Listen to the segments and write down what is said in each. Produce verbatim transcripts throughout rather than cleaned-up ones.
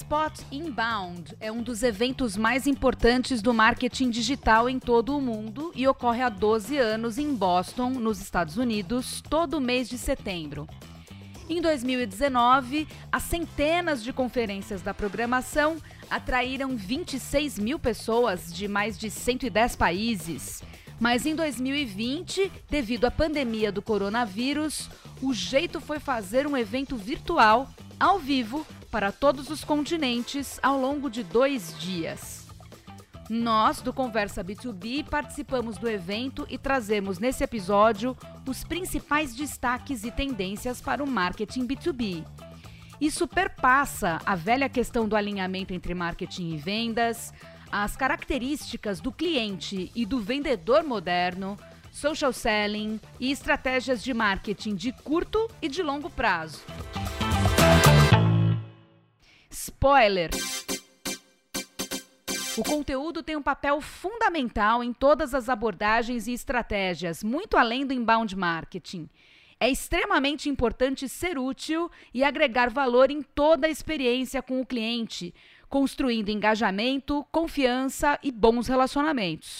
HubSpot Inbound é um dos eventos mais importantes do marketing digital em todo o mundo e ocorre há doze anos em Boston, nos Estados Unidos, todo mês de setembro. Em dois mil e dezenove, as centenas de conferências da programação atraíram vinte e seis mil pessoas de mais de cento e dez países. Mas em dois mil e vinte, devido à pandemia do coronavírus, o jeito foi fazer um evento virtual, ao vivo, para todos os continentes, ao longo de dois dias. Nós, do Conversa B dois B, participamos do evento e trazemos nesse episódio os principais destaques e tendências para o marketing B dois B. Isso perpassa a velha questão do alinhamento entre marketing e vendas, as características do cliente e do vendedor moderno, social selling e estratégias de marketing de curto e de longo prazo. Spoiler! O conteúdo tem um papel fundamental em todas as abordagens e estratégias, muito além do inbound marketing. É extremamente importante ser útil e agregar valor em toda a experiência com o cliente, construindo engajamento, confiança e bons relacionamentos.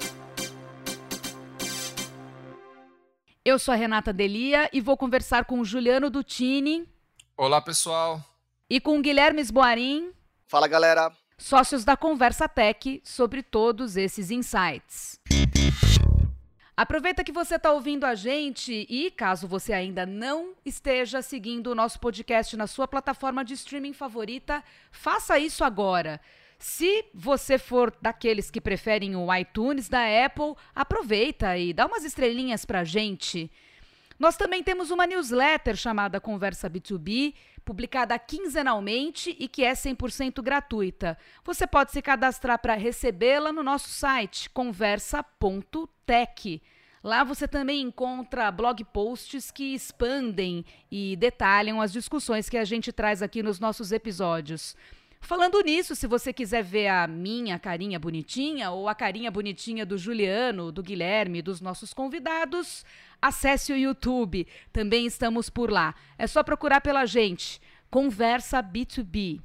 Eu sou a Renata Delia e vou conversar com o Juliano Dutini. Olá, pessoal. E com o Guilherme Esboarim. Fala, galera. Sócios da Conversa Tech, sobre todos esses insights. Aproveita que você está ouvindo a gente e, caso você ainda não esteja seguindo o nosso podcast na sua plataforma de streaming favorita, faça isso agora. Se você for daqueles que preferem o iTunes da Apple, aproveita e dá umas estrelinhas pra gente. Nós também temos uma newsletter chamada Conversa B dois B, publicada quinzenalmente e que é cem por cento gratuita. Você pode se cadastrar para recebê-la no nosso site, conversa ponto tech. Lá você também encontra blog posts que expandem e detalham as discussões que a gente traz aqui nos nossos episódios. Falando nisso, se você quiser ver a minha carinha bonitinha ou a carinha bonitinha do Juliano, do Guilherme, dos nossos convidados, acesse o YouTube. Também estamos por lá. É só procurar pela gente. Conversa B dois B.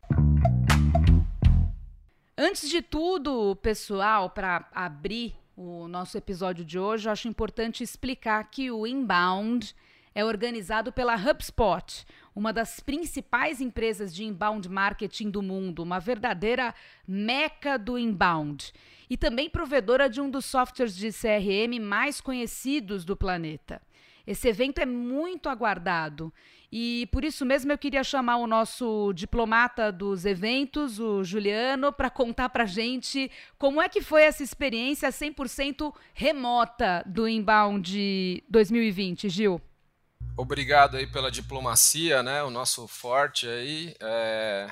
Antes de tudo, pessoal, para abrir o nosso episódio de hoje, eu acho importante explicar que o Inbound é organizado pela HubSpot, uma das principais empresas de inbound marketing do mundo, uma verdadeira meca do inbound, e também provedora de um dos softwares de C R M mais conhecidos do planeta. Esse evento é muito aguardado e por isso mesmo eu queria chamar o nosso diplomata dos eventos, o Juliano, para contar para a gente como é que foi essa experiência cem por cento remota do Inbound dois mil e vinte, Gil. Obrigado aí pela diplomacia, né? O nosso forte aí. É...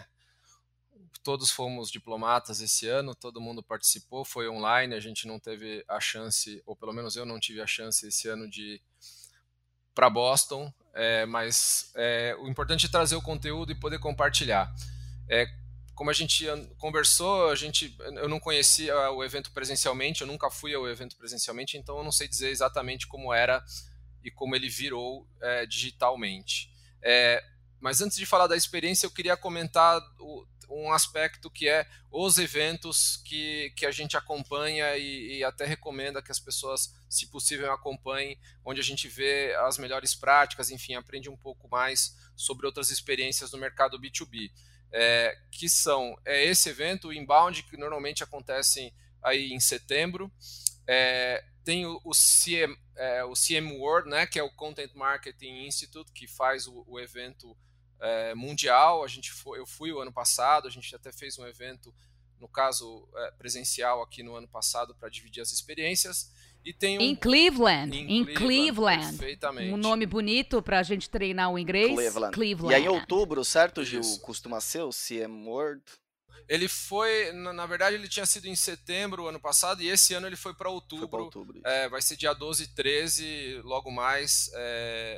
Todos fomos diplomatas esse ano, todo mundo participou, foi online, a gente não teve a chance, ou pelo menos eu não tive a chance esse ano de ir para Boston, é, mas é, o importante é trazer o conteúdo e poder compartilhar. É, como a gente conversou, a gente, eu não conhecia o evento presencialmente, eu nunca fui ao evento presencialmente, então eu não sei dizer exatamente como era e como ele virou é, digitalmente. É, mas antes de falar da experiência, eu queria comentar o, um aspecto que é os eventos que, que a gente acompanha e, e até recomenda que as pessoas, se possível, acompanhem, onde a gente vê as melhores práticas, enfim, aprende um pouco mais sobre outras experiências no mercado B dois B. É, que são é, esse evento, o Inbound, que normalmente acontece aí em setembro, é, tem o, o, C M, é, o C M World, né, que é o Content Marketing Institute, que faz o, o evento é, mundial. A gente foi, eu fui o ano passado, a gente até fez um evento, no caso é, presencial aqui no ano passado, para dividir as experiências. E tem um, em Cleveland, em, em Cleveland, Cleveland. Perfeitamente. Um nome bonito para a gente treinar o inglês. Cleveland. Cleveland. E aí em outubro, certo, Gil? Isso. Costuma ser o C M World? Ele foi, na, na verdade, ele tinha sido em setembro ano passado e esse ano ele foi para outubro. Foi pra outubro é, vai ser dia doze e treze, logo mais. É,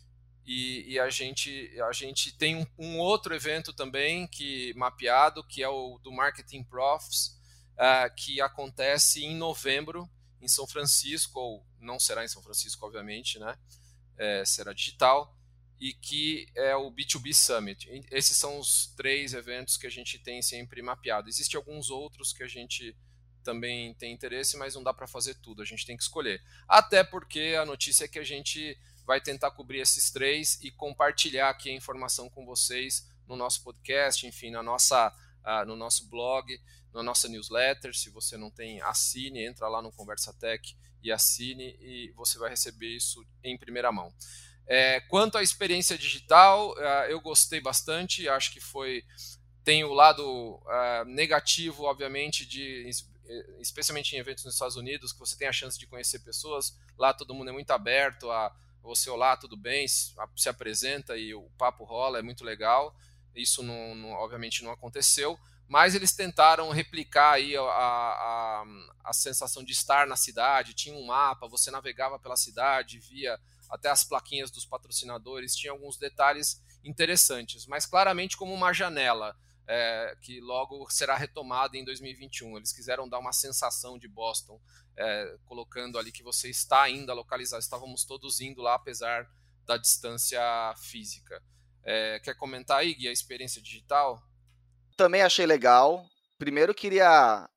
e, e a, gente, a gente tem um, um outro evento também que mapeado, que é o do Marketing Profs, uh, que acontece em novembro em São Francisco, ou não será em São Francisco, obviamente, né? É, será digital. e que é o B dois B Summit. Esses são os três eventos que a gente tem sempre mapeado. Existem alguns outros que a gente também tem interesse, mas não dá para fazer tudo, a gente tem que escolher. Até porque a notícia é que a gente vai tentar cobrir esses três e compartilhar aqui a informação com vocês no nosso podcast, enfim, na nossa, uh, no nosso blog, na nossa newsletter. Se você não tem, assine, entra lá no ConversaTech e assine e você vai receber isso em primeira mão. É, quanto à experiência digital, uh, eu gostei bastante, acho que foi, tem o lado uh, negativo, obviamente, de, especialmente em eventos nos Estados Unidos, que você tem a chance de conhecer pessoas, lá todo mundo é muito aberto a você, olá, tudo bem, se, se apresenta e o papo rola, é muito legal, isso não, não, obviamente não aconteceu, mas eles tentaram replicar aí a, a, a sensação de estar na cidade, tinha um mapa, você navegava pela cidade, via até as plaquinhas dos patrocinadores, tinha alguns detalhes interessantes, mas claramente como uma janela, é, que logo será retomada em dois mil e vinte e um. Eles quiseram dar uma sensação de Boston, é, colocando ali que você está ainda localizado, estávamos todos indo lá, apesar da distância física. É, quer comentar aí, Gui, a experiência digital? Também achei legal. Primeiro queria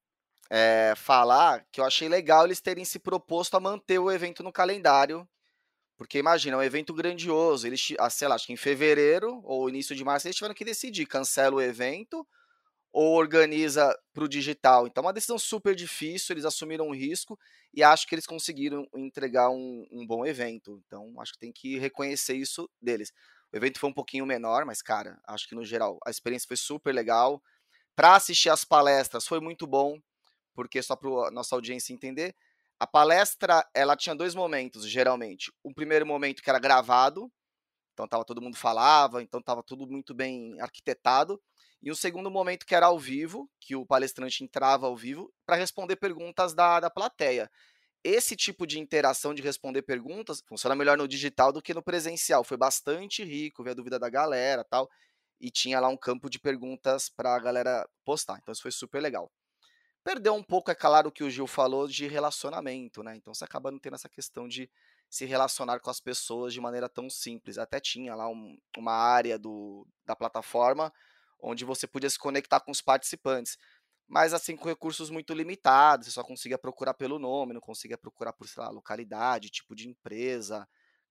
é, falar que eu achei legal eles terem se proposto a manter o evento no calendário. Porque imagina, é um evento grandioso, eles, sei lá, acho que em fevereiro ou início de março eles tiveram que decidir, cancela o evento ou organiza para o digital. Então é uma decisão super difícil, eles assumiram um risco e acho que eles conseguiram entregar um, um bom evento. Então acho que tem que reconhecer isso deles. O evento foi um pouquinho menor, mas cara, acho que no geral a experiência foi super legal. Para assistir as palestras foi muito bom, porque só para a nossa audiência entender, a palestra, ela tinha dois momentos, geralmente. O primeiro momento que era gravado, então tava, todo mundo falava, então estava tudo muito bem arquitetado. E um segundo momento que era ao vivo, que o palestrante entrava ao vivo para responder perguntas da, da plateia. Esse tipo de interação de responder perguntas funciona melhor no digital do que no presencial. Foi bastante rico, ver a dúvida da galera e tal. E tinha lá um campo de perguntas para a galera postar. Então isso foi super legal. Perdeu um pouco, é claro, o que o Gil falou de relacionamento, né? Então você acaba não tendo essa questão de se relacionar com as pessoas de maneira tão simples. Até tinha lá um, uma área do, da plataforma onde você podia se conectar com os participantes. Mas assim, com recursos muito limitados, você só conseguia procurar pelo nome, não conseguia procurar por, sei lá, localidade, tipo de empresa,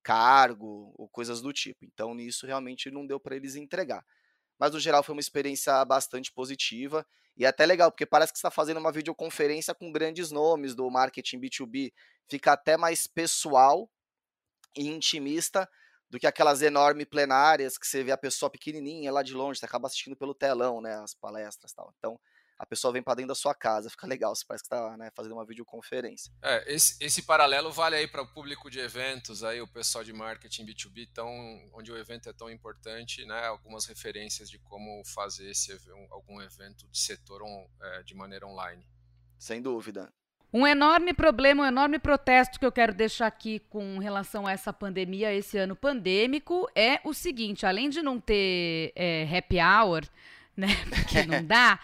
cargo, ou coisas do tipo. Então, nisso realmente não deu para eles entregar. Mas, no geral, foi uma experiência bastante positiva e até legal, porque parece que você está fazendo uma videoconferência com grandes nomes do marketing B dois B. Fica até mais pessoal e intimista do que aquelas enormes plenárias que você vê a pessoa pequenininha lá de longe, você acaba assistindo pelo telão, né, as palestras e tal. Então, a pessoa vem para dentro da sua casa, fica legal, você parece que está, né, fazendo uma videoconferência. É, esse, esse paralelo vale aí para o público de eventos, aí o pessoal de marketing B dois B, tão, onde o evento é tão importante, né, algumas referências de como fazer esse, algum evento de setor on, é, de maneira online. Sem dúvida. Um enorme problema, um enorme protesto que eu quero deixar aqui com relação a essa pandemia, esse ano pandêmico, é o seguinte, além de não ter é, happy hour, né, porque não dá...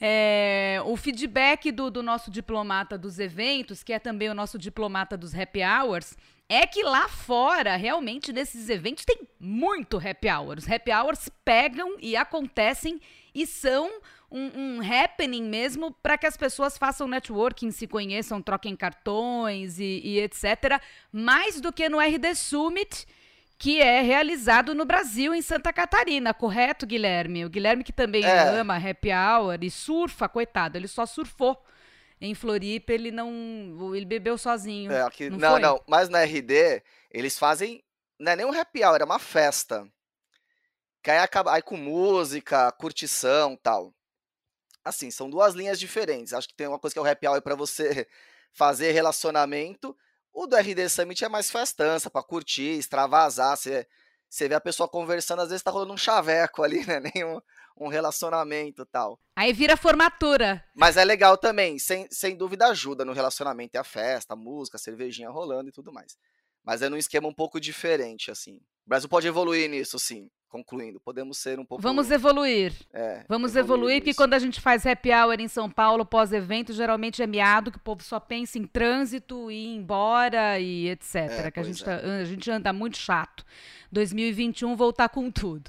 É, o feedback do, do nosso diplomata dos eventos, que é também o nosso diplomata dos happy hours, é que lá fora, realmente, nesses eventos, tem muito happy hour. Os happy hours pegam e acontecem e são um, um happening mesmo para que as pessoas façam networking, se conheçam, troquem cartões e, e etcétera. Mais do que no R D Summit, que é realizado no Brasil, em Santa Catarina, correto, Guilherme? O Guilherme que também é. ama happy hour e surfa, coitado, ele só surfou em Floripa, ele não, ele bebeu sozinho. É, aqui, não, não, foi? não, mas na R D, eles fazem, não é nem um happy hour, é uma festa. Que aí, acaba, aí com música, curtição e tal. Assim, são duas linhas diferentes. Acho que tem uma coisa que é o happy hour para você fazer relacionamento. O do R D Summit é mais festança, pra curtir, extravasar. Você, você vê a pessoa conversando, às vezes tá rolando um chaveco ali, né? Nem um, um relacionamento e tal. Aí vira formatura. Mas é legal também, sem, sem dúvida ajuda no relacionamento. É a festa, a música, a cervejinha rolando e tudo mais. Mas é num esquema um pouco diferente, assim. O Brasil pode evoluir nisso, sim. concluindo, podemos ser um pouco... Vamos evoluir. É, Vamos evoluir, porque quando a gente faz happy hour em São Paulo, pós-evento, geralmente é miado, que o povo só pensa em trânsito e ir embora e etcétera. É, que a gente, tá, a gente anda muito chato. dois mil e vinte e um voltar com tudo.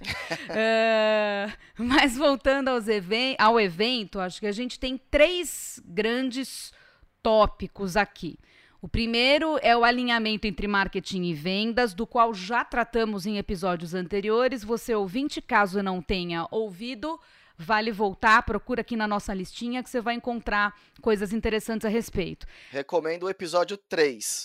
uh, mas voltando aos even- ao evento, acho que a gente tem três grandes tópicos aqui. O primeiro é o alinhamento entre marketing e vendas, do qual já tratamos em episódios anteriores. Você, ouvinte, caso não tenha ouvido, vale voltar, procura aqui na nossa listinha que você vai encontrar coisas interessantes a respeito. Recomendo o episódio três.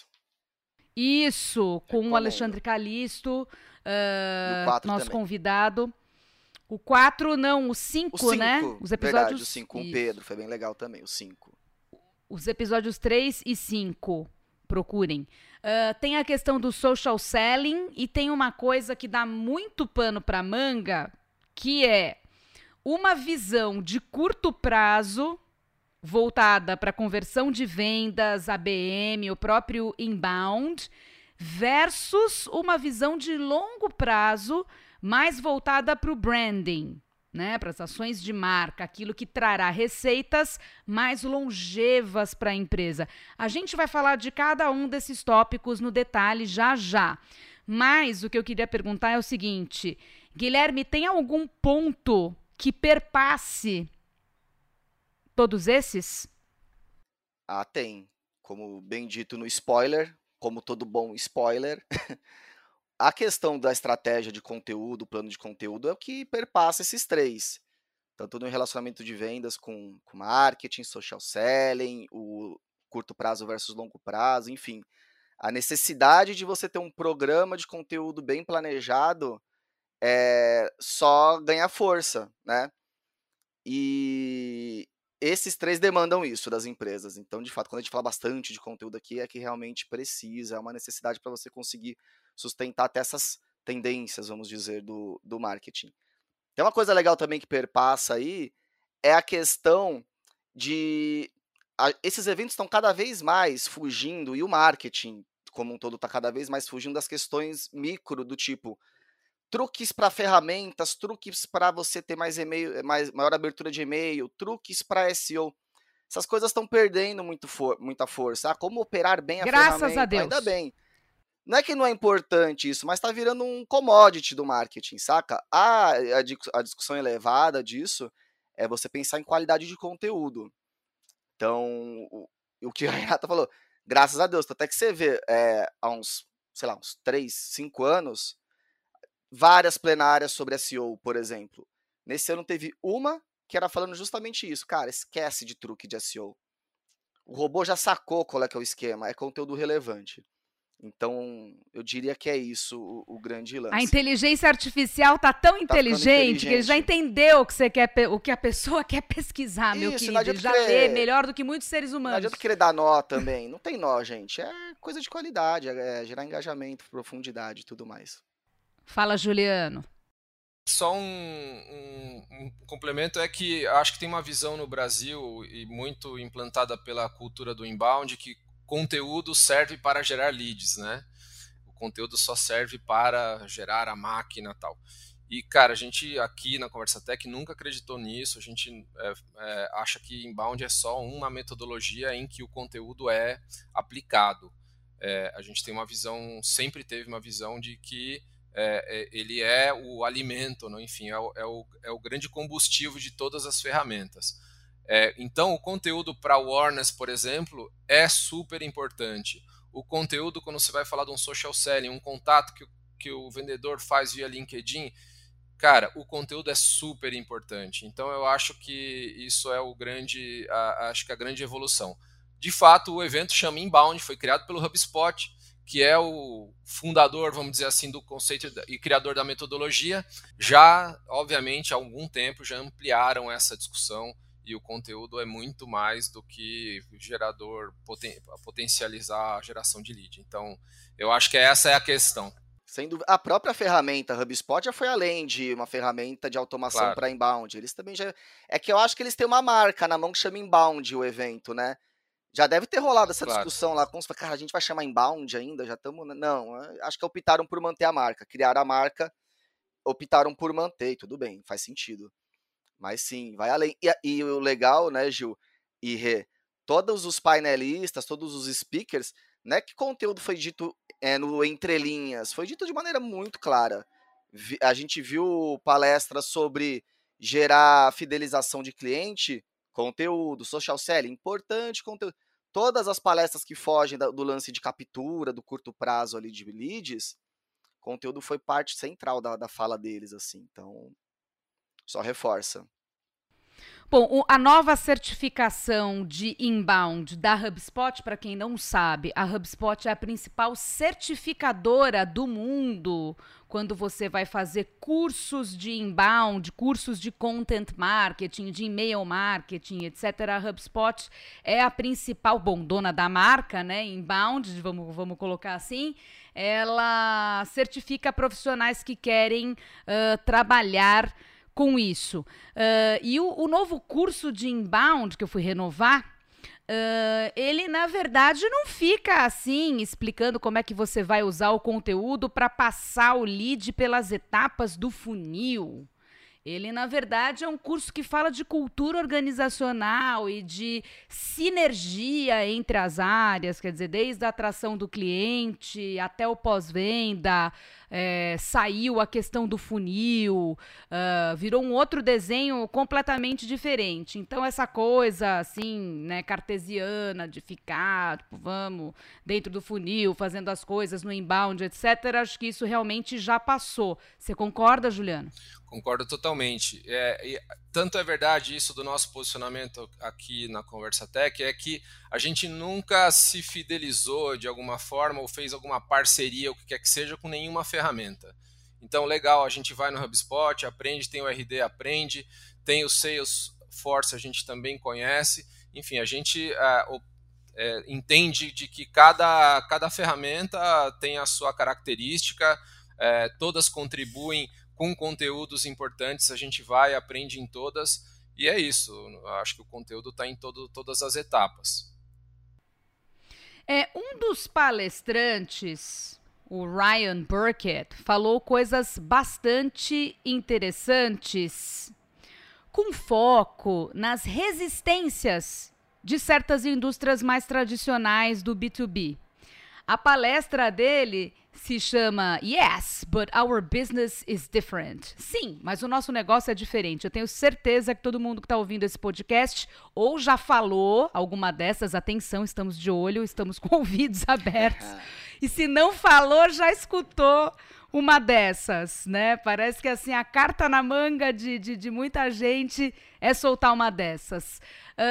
Isso, com Recomendo. o Alexandre Calisto, uh, nosso também. convidado. O quatro, não, o cinco, né? Os episódios... Verdade, o cinco com o Pedro, foi bem legal também, o cinco. Os episódios três e cinco, procurem. Uh, tem a questão do social selling e tem uma coisa que dá muito pano para manga, que é uma visão de curto prazo voltada para conversão de vendas, A B M, o próprio inbound, versus uma visão de longo prazo mais voltada para o branding. Né, para as ações de marca, aquilo que trará receitas mais longevas para a empresa. A gente vai falar de cada um desses tópicos no detalhe já já. Mas o que eu queria perguntar é o seguinte, Guilherme, tem algum ponto que perpasse todos esses? Ah, tem. Como bem dito no spoiler, como todo bom spoiler... A questão da estratégia de conteúdo, plano de conteúdo, é o que perpassa esses três. Tanto no relacionamento de vendas com, com marketing, social selling, o curto prazo versus longo prazo, enfim. A necessidade de você ter um programa de conteúdo bem planejado é, só ganha força, né? E esses três demandam isso das empresas. Então, de fato, quando a gente fala bastante de conteúdo aqui, é que realmente precisa, é uma necessidade para você conseguir sustentar até essas tendências, vamos dizer, do, do marketing. Tem uma coisa legal também que perpassa aí, é a questão de... A, esses eventos estão cada vez mais fugindo, e o marketing como um todo está cada vez mais fugindo das questões micro, do tipo truques para ferramentas, truques para você ter mais e-mail, mais, maior abertura de e-mail, truques para S E O. Essas coisas estão perdendo muito for, muita força. Ah, como operar bem a Graças ferramenta? Graças a Deus. Ainda bem. Não é que não é importante isso, mas está virando um commodity do marketing, saca? Ah, a, a discussão elevada disso é você pensar em qualidade de conteúdo. Então, o, o que a Renata falou, graças a Deus, até que você vê é, há uns, sei lá, uns três, cinco anos, várias plenárias sobre S E O, por exemplo. Nesse ano teve uma que era falando justamente isso. Cara, esquece de truque de S E O. O robô já sacou qual é que é o esquema, é conteúdo relevante. Então, eu diria que é isso o, o grande lance. A inteligência artificial tá tão inteligente, tá inteligente que ele já entendeu o que, você quer, o que a pessoa quer pesquisar, isso, meu querido. Ele já querer... lê melhor do que muitos seres humanos. Não adianta querer dar nó também. Não tem nó, gente. É coisa de qualidade, é gerar engajamento, profundidade e tudo mais. Fala, Juliano. Só um, um, um complemento é que acho que tem uma visão no Brasil, e muito implantada pela cultura do inbound, que conteúdo serve para gerar leads, né? O conteúdo só serve para gerar a máquina e tal. E, cara, a gente aqui na Conversa Tech nunca acreditou nisso. A gente é, é, acha que inbound é só uma metodologia em que o conteúdo é aplicado. É, a gente tem uma visão, sempre teve uma visão de que é, é, ele é o alimento, não? Enfim, é o, é, o, é o grande combustível de todas as ferramentas. É, então, o conteúdo para awareness, por exemplo, é super importante. O conteúdo, quando você vai falar de um social selling, um contato que, que o vendedor faz via LinkedIn, cara, o conteúdo é super importante. Então, eu acho que isso é o grande, a, acho que a grande evolução. De fato, o evento chama Inbound, foi criado pelo HubSpot, que é o fundador, vamos dizer assim, do conceito e criador da metodologia. Já, obviamente, há algum tempo já ampliaram essa discussão. E o conteúdo é muito mais do que gerador, poten potencializar a geração de lead. Então, eu acho que essa é a questão. Sem dúvida. A própria ferramenta HubSpot já foi além de uma ferramenta de automação claro. Para inbound. Eles também já... É que eu acho que eles têm uma marca na mão que chama inbound o evento, né? Já deve ter rolado essa claro. Discussão lá com os... Cara, a gente vai chamar inbound ainda? Já estamos... Não, acho que optaram por manter a marca. Criaram a marca. optaram por manter, tudo bem, faz sentido. Mas sim, vai além. E, e o legal, né, Gil e Rê, todos os painelistas, todos os speakers, não é que conteúdo foi dito é, no entrelinhas, foi dito de maneira muito clara. Vi, a gente viu palestras sobre gerar fidelização de cliente, conteúdo, social selling, importante conteúdo. Todas as palestras que fogem da, do lance de captura, do curto prazo ali de leads, conteúdo foi parte central da, da fala deles, assim, então só reforça. Bom, a nova certificação de inbound da HubSpot, para quem não sabe, a HubSpot é a principal certificadora do mundo quando você vai fazer cursos de inbound, cursos de content marketing, de e-mail marketing, etcétera. A HubSpot é a principal, bom, dona da marca, né, inbound, vamos, vamos colocar assim. Ela certifica profissionais que querem uh, trabalhar com isso. Uh, e o, o novo curso de inbound que eu fui renovar, uh, ele, na verdade, não fica assim, explicando como é que você vai usar o conteúdo para passar o lead pelas etapas do funil. Ele, na verdade, é um curso que fala de cultura organizacional e de sinergia entre as áreas, quer dizer, desde a atração do cliente até o pós-venda, é, saiu a questão do funil, uh, virou um outro desenho completamente diferente. Então, essa coisa, assim, né, cartesiana, de ficar, tipo, vamos, dentro do funil, fazendo as coisas no inbound, etcétera, acho que isso realmente já passou. Você concorda, Juliano? Concordo totalmente. É, e tanto é verdade isso do nosso posicionamento aqui na Conversa Tech, é que a gente nunca se fidelizou de alguma forma ou fez alguma parceria, o que quer que seja, com nenhuma ferramenta. Então, legal, a gente vai no HubSpot, aprende, tem o R D, aprende, tem o Salesforce, a gente também conhece. Enfim, a gente uh, é, entende de que cada, cada ferramenta tem a sua característica, é, todas contribuem com conteúdos importantes, a gente vai, aprende em todas, e é isso. Eu acho que o conteúdo está em todo, todas as etapas. É, um dos palestrantes, o Ryan Burkett, falou coisas bastante interessantes, com foco nas resistências de certas indústrias mais tradicionais do B dois B. A palestra dele se chama Yes, but our business is different. Sim, mas o nosso negócio é diferente. Eu tenho certeza que todo mundo que está ouvindo esse podcast ou já falou alguma dessas. Atenção, estamos de olho, estamos com ouvidos abertos. E se não falou, já escutou uma dessas, né? Parece que assim, a carta na manga de, de, de muita gente é soltar uma dessas.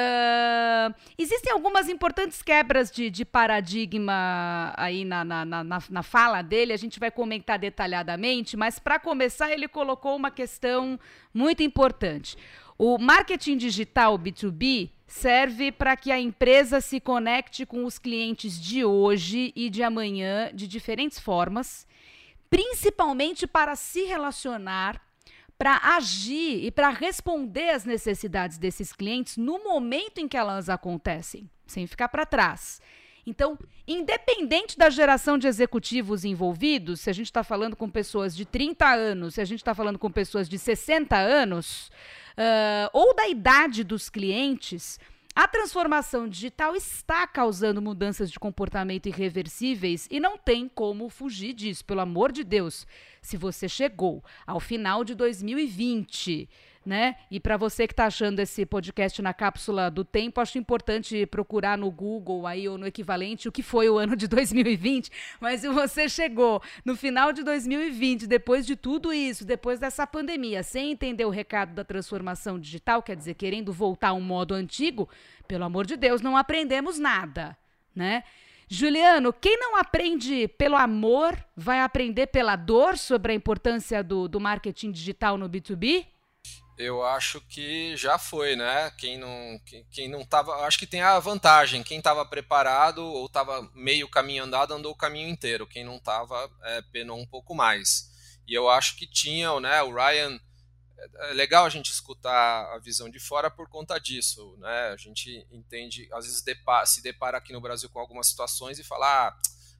Uh, existem algumas importantes quebras de, de paradigma aí na, na, na, na fala dele, a gente vai comentar detalhadamente, mas para começar ele colocou uma questão muito importante. O marketing digital B dois B serve para que a empresa se conecte com os clientes de hoje e de amanhã de diferentes formas, principalmente para se relacionar, para agir e para responder às necessidades desses clientes no momento em que elas acontecem, sem ficar para trás. Então, independente da geração de executivos envolvidos, se a gente está falando com pessoas de trinta anos, se a gente está falando com pessoas de sessenta anos, uh, ou da idade dos clientes, a transformação digital está causando mudanças de comportamento irreversíveis e não tem como fugir disso, pelo amor de Deus. Se você chegou ao final de dois mil e vinte, né? E para você que está achando esse podcast na cápsula do tempo, acho importante procurar no Google aí ou no equivalente o que foi o ano de dois mil e vinte, mas se você chegou no final de dois mil e vinte, depois de tudo isso, depois dessa pandemia, sem entender o recado da transformação digital, quer dizer, querendo voltar a um modo antigo, pelo amor de Deus, não aprendemos nada, né? Juliano, quem não aprende pelo amor, vai aprender pela dor sobre a importância do, do marketing digital no B dois B? Eu acho que já foi, né? Quem não, quem, quem não tava, acho que tem a vantagem. Quem estava preparado ou estava meio caminho andado andou o caminho inteiro. Quem não estava é, penou um pouco mais. E eu acho que tinha, né? O Ryan, é legal a gente escutar a visão de fora por conta disso, né? A gente entende, às vezes depara, se depara aqui no Brasil com algumas situações e fala, ah,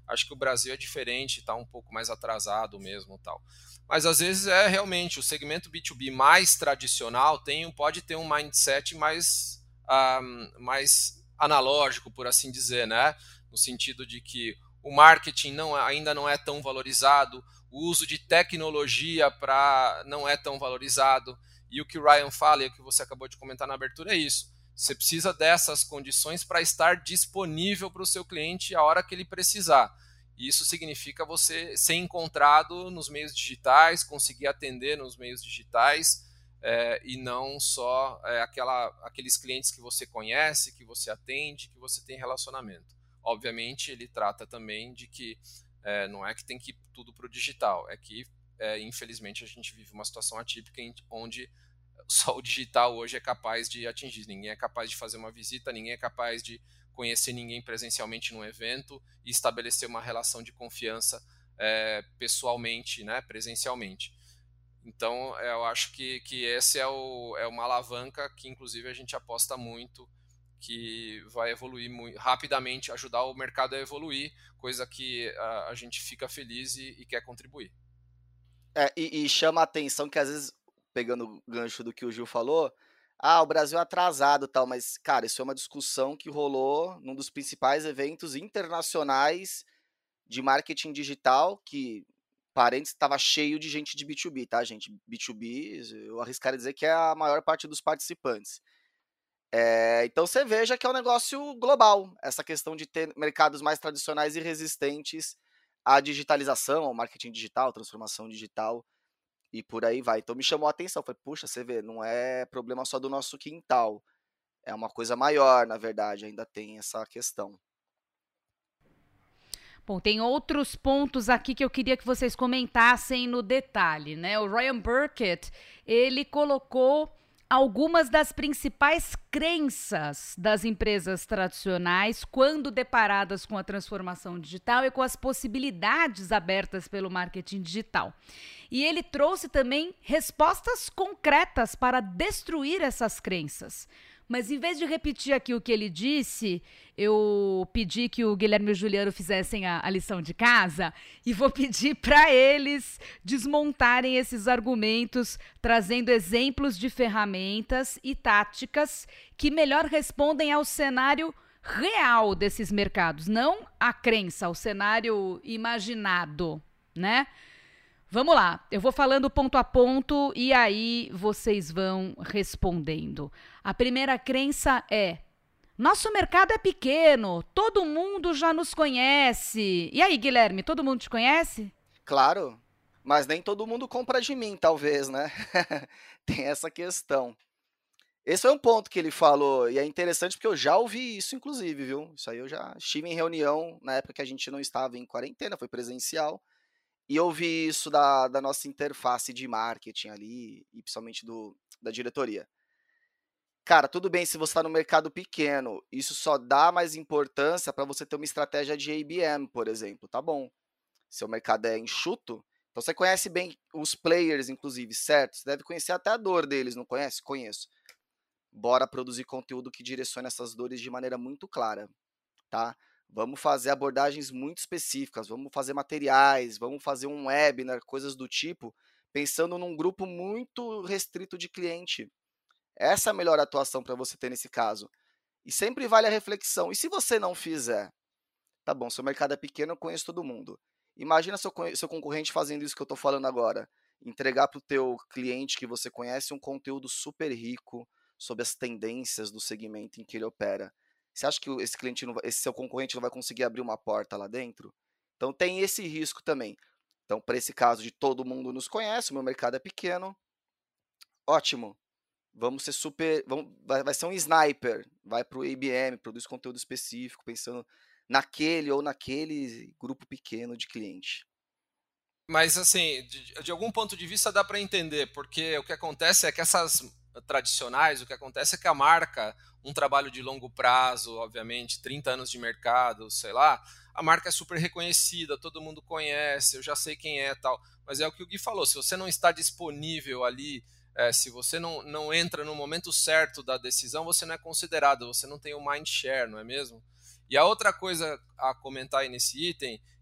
Acho que o Brasil é diferente, está um pouco mais atrasado mesmo, tal. Mas às vezes é realmente o segmento B dois B mais tradicional tem, pode ter um mindset mais, um, mais analógico, por assim dizer, né? No sentido de que o marketing não, ainda não é tão valorizado, o uso de tecnologia pra, não é tão valorizado. E o que o Ryan fala e o que você acabou de comentar na abertura é isso. Você precisa dessas condições para estar disponível para o seu cliente a hora que ele precisar. E isso significa você ser encontrado nos meios digitais, conseguir atender nos meios digitais, é, e não só é, aquela, aqueles clientes que você conhece, que você atende, que você tem relacionamento. Obviamente, ele trata também de que é, não é que tem que ir tudo para o digital, é que, é, infelizmente, a gente vive uma situação atípica em, onde só o digital hoje é capaz de atingir. Ninguém é capaz de fazer uma visita, ninguém é capaz de conhecer ninguém presencialmente num evento e estabelecer uma relação de confiança é, pessoalmente, né, presencialmente. Então, eu acho que, que esse é, o, é uma alavanca que, inclusive, a gente aposta muito, que vai evoluir muito, rapidamente, ajudar o mercado a evoluir, coisa que a, a gente fica feliz e, e quer contribuir. É, e, e chama a atenção que, às vezes, pegando o gancho do que o Gil falou, ah, o Brasil é atrasado e tal, mas, cara, isso é uma discussão que rolou num dos principais eventos internacionais de marketing digital, que, parênteses, estava cheio de gente de B dois B, tá, gente? B dois B, eu arriscaria dizer que é a maior parte dos participantes. É, então você veja que é um negócio global, essa questão de ter mercados mais tradicionais e resistentes à digitalização, ao marketing digital, transformação digital e por aí vai. Então me chamou a atenção, falei, puxa, você vê, não é problema só do nosso quintal, é uma coisa maior, na verdade, ainda tem essa questão. Bom, tem outros pontos aqui que eu queria que vocês comentassem no detalhe, né? O Ryan Burkett, ele colocou algumas das principais crenças das empresas tradicionais quando deparadas com a transformação digital e com as possibilidades abertas pelo marketing digital. E ele trouxe também respostas concretas para destruir essas crenças. Mas em vez de repetir aqui o que ele disse, eu pedi que o Guilherme e o Juliano fizessem a, a lição de casa e vou pedir para eles desmontarem esses argumentos, trazendo exemplos de ferramentas e táticas que melhor respondem ao cenário real desses mercados, não a crença, ao cenário imaginado, né? Vamos lá, eu vou falando ponto a ponto e aí vocês vão respondendo. A primeira crença é: nosso mercado é pequeno, todo mundo já nos conhece. E aí, Guilherme, todo mundo te conhece? Claro, mas nem todo mundo compra de mim, talvez, né? Tem essa questão. Esse é um ponto que ele falou, e é interessante porque eu já ouvi isso, inclusive, viu? Isso aí eu já estive em reunião na época que a gente não estava em quarentena, foi presencial. E eu vi isso da, da nossa interface de marketing ali, e principalmente do, da diretoria. Cara, tudo bem se você está no mercado pequeno, isso só dá mais importância para você ter uma estratégia de A B M, por exemplo, tá bom? Seu mercado é enxuto, então você conhece bem os players, inclusive, certo? Você deve conhecer até a dor deles, não conhece? Conheço. Bora produzir conteúdo que direcione essas dores de maneira muito clara, tá? Vamos fazer abordagens muito específicas, vamos fazer materiais, vamos fazer um webinar, coisas do tipo, pensando num grupo muito restrito de cliente. Essa é a melhor atuação para você ter nesse caso. E sempre vale a reflexão. E se você não fizer? Tá bom, seu mercado é pequeno, eu conheço todo mundo. Imagina seu, seu concorrente fazendo isso que eu estou falando agora. Entregar para o teu cliente que você conhece um conteúdo super rico sobre as tendências do segmento em que ele opera. Você acha que esse cliente, não vai, esse seu concorrente não vai conseguir abrir uma porta lá dentro? Então tem esse risco também. Então, para esse caso de todo mundo nos conhece, o meu mercado é pequeno, ótimo. Vamos ser super. Vamos, vai, vai ser um sniper. Vai para o A B M, produz conteúdo específico, pensando naquele ou naquele grupo pequeno de cliente. Mas, assim, de, de algum ponto de vista dá para entender, porque o que acontece é que essas tradicionais, o que acontece é que a marca, um trabalho de longo prazo, obviamente, trinta anos de mercado, sei lá, a marca é super reconhecida, todo mundo conhece, eu já sei quem é e tal. Mas é o que o Gui falou, se você não está disponível ali, é, se você não, não entra no momento certo da decisão, você não é considerado, você não tem o mind share, não é mesmo? E a outra coisa a comentar aí nesse item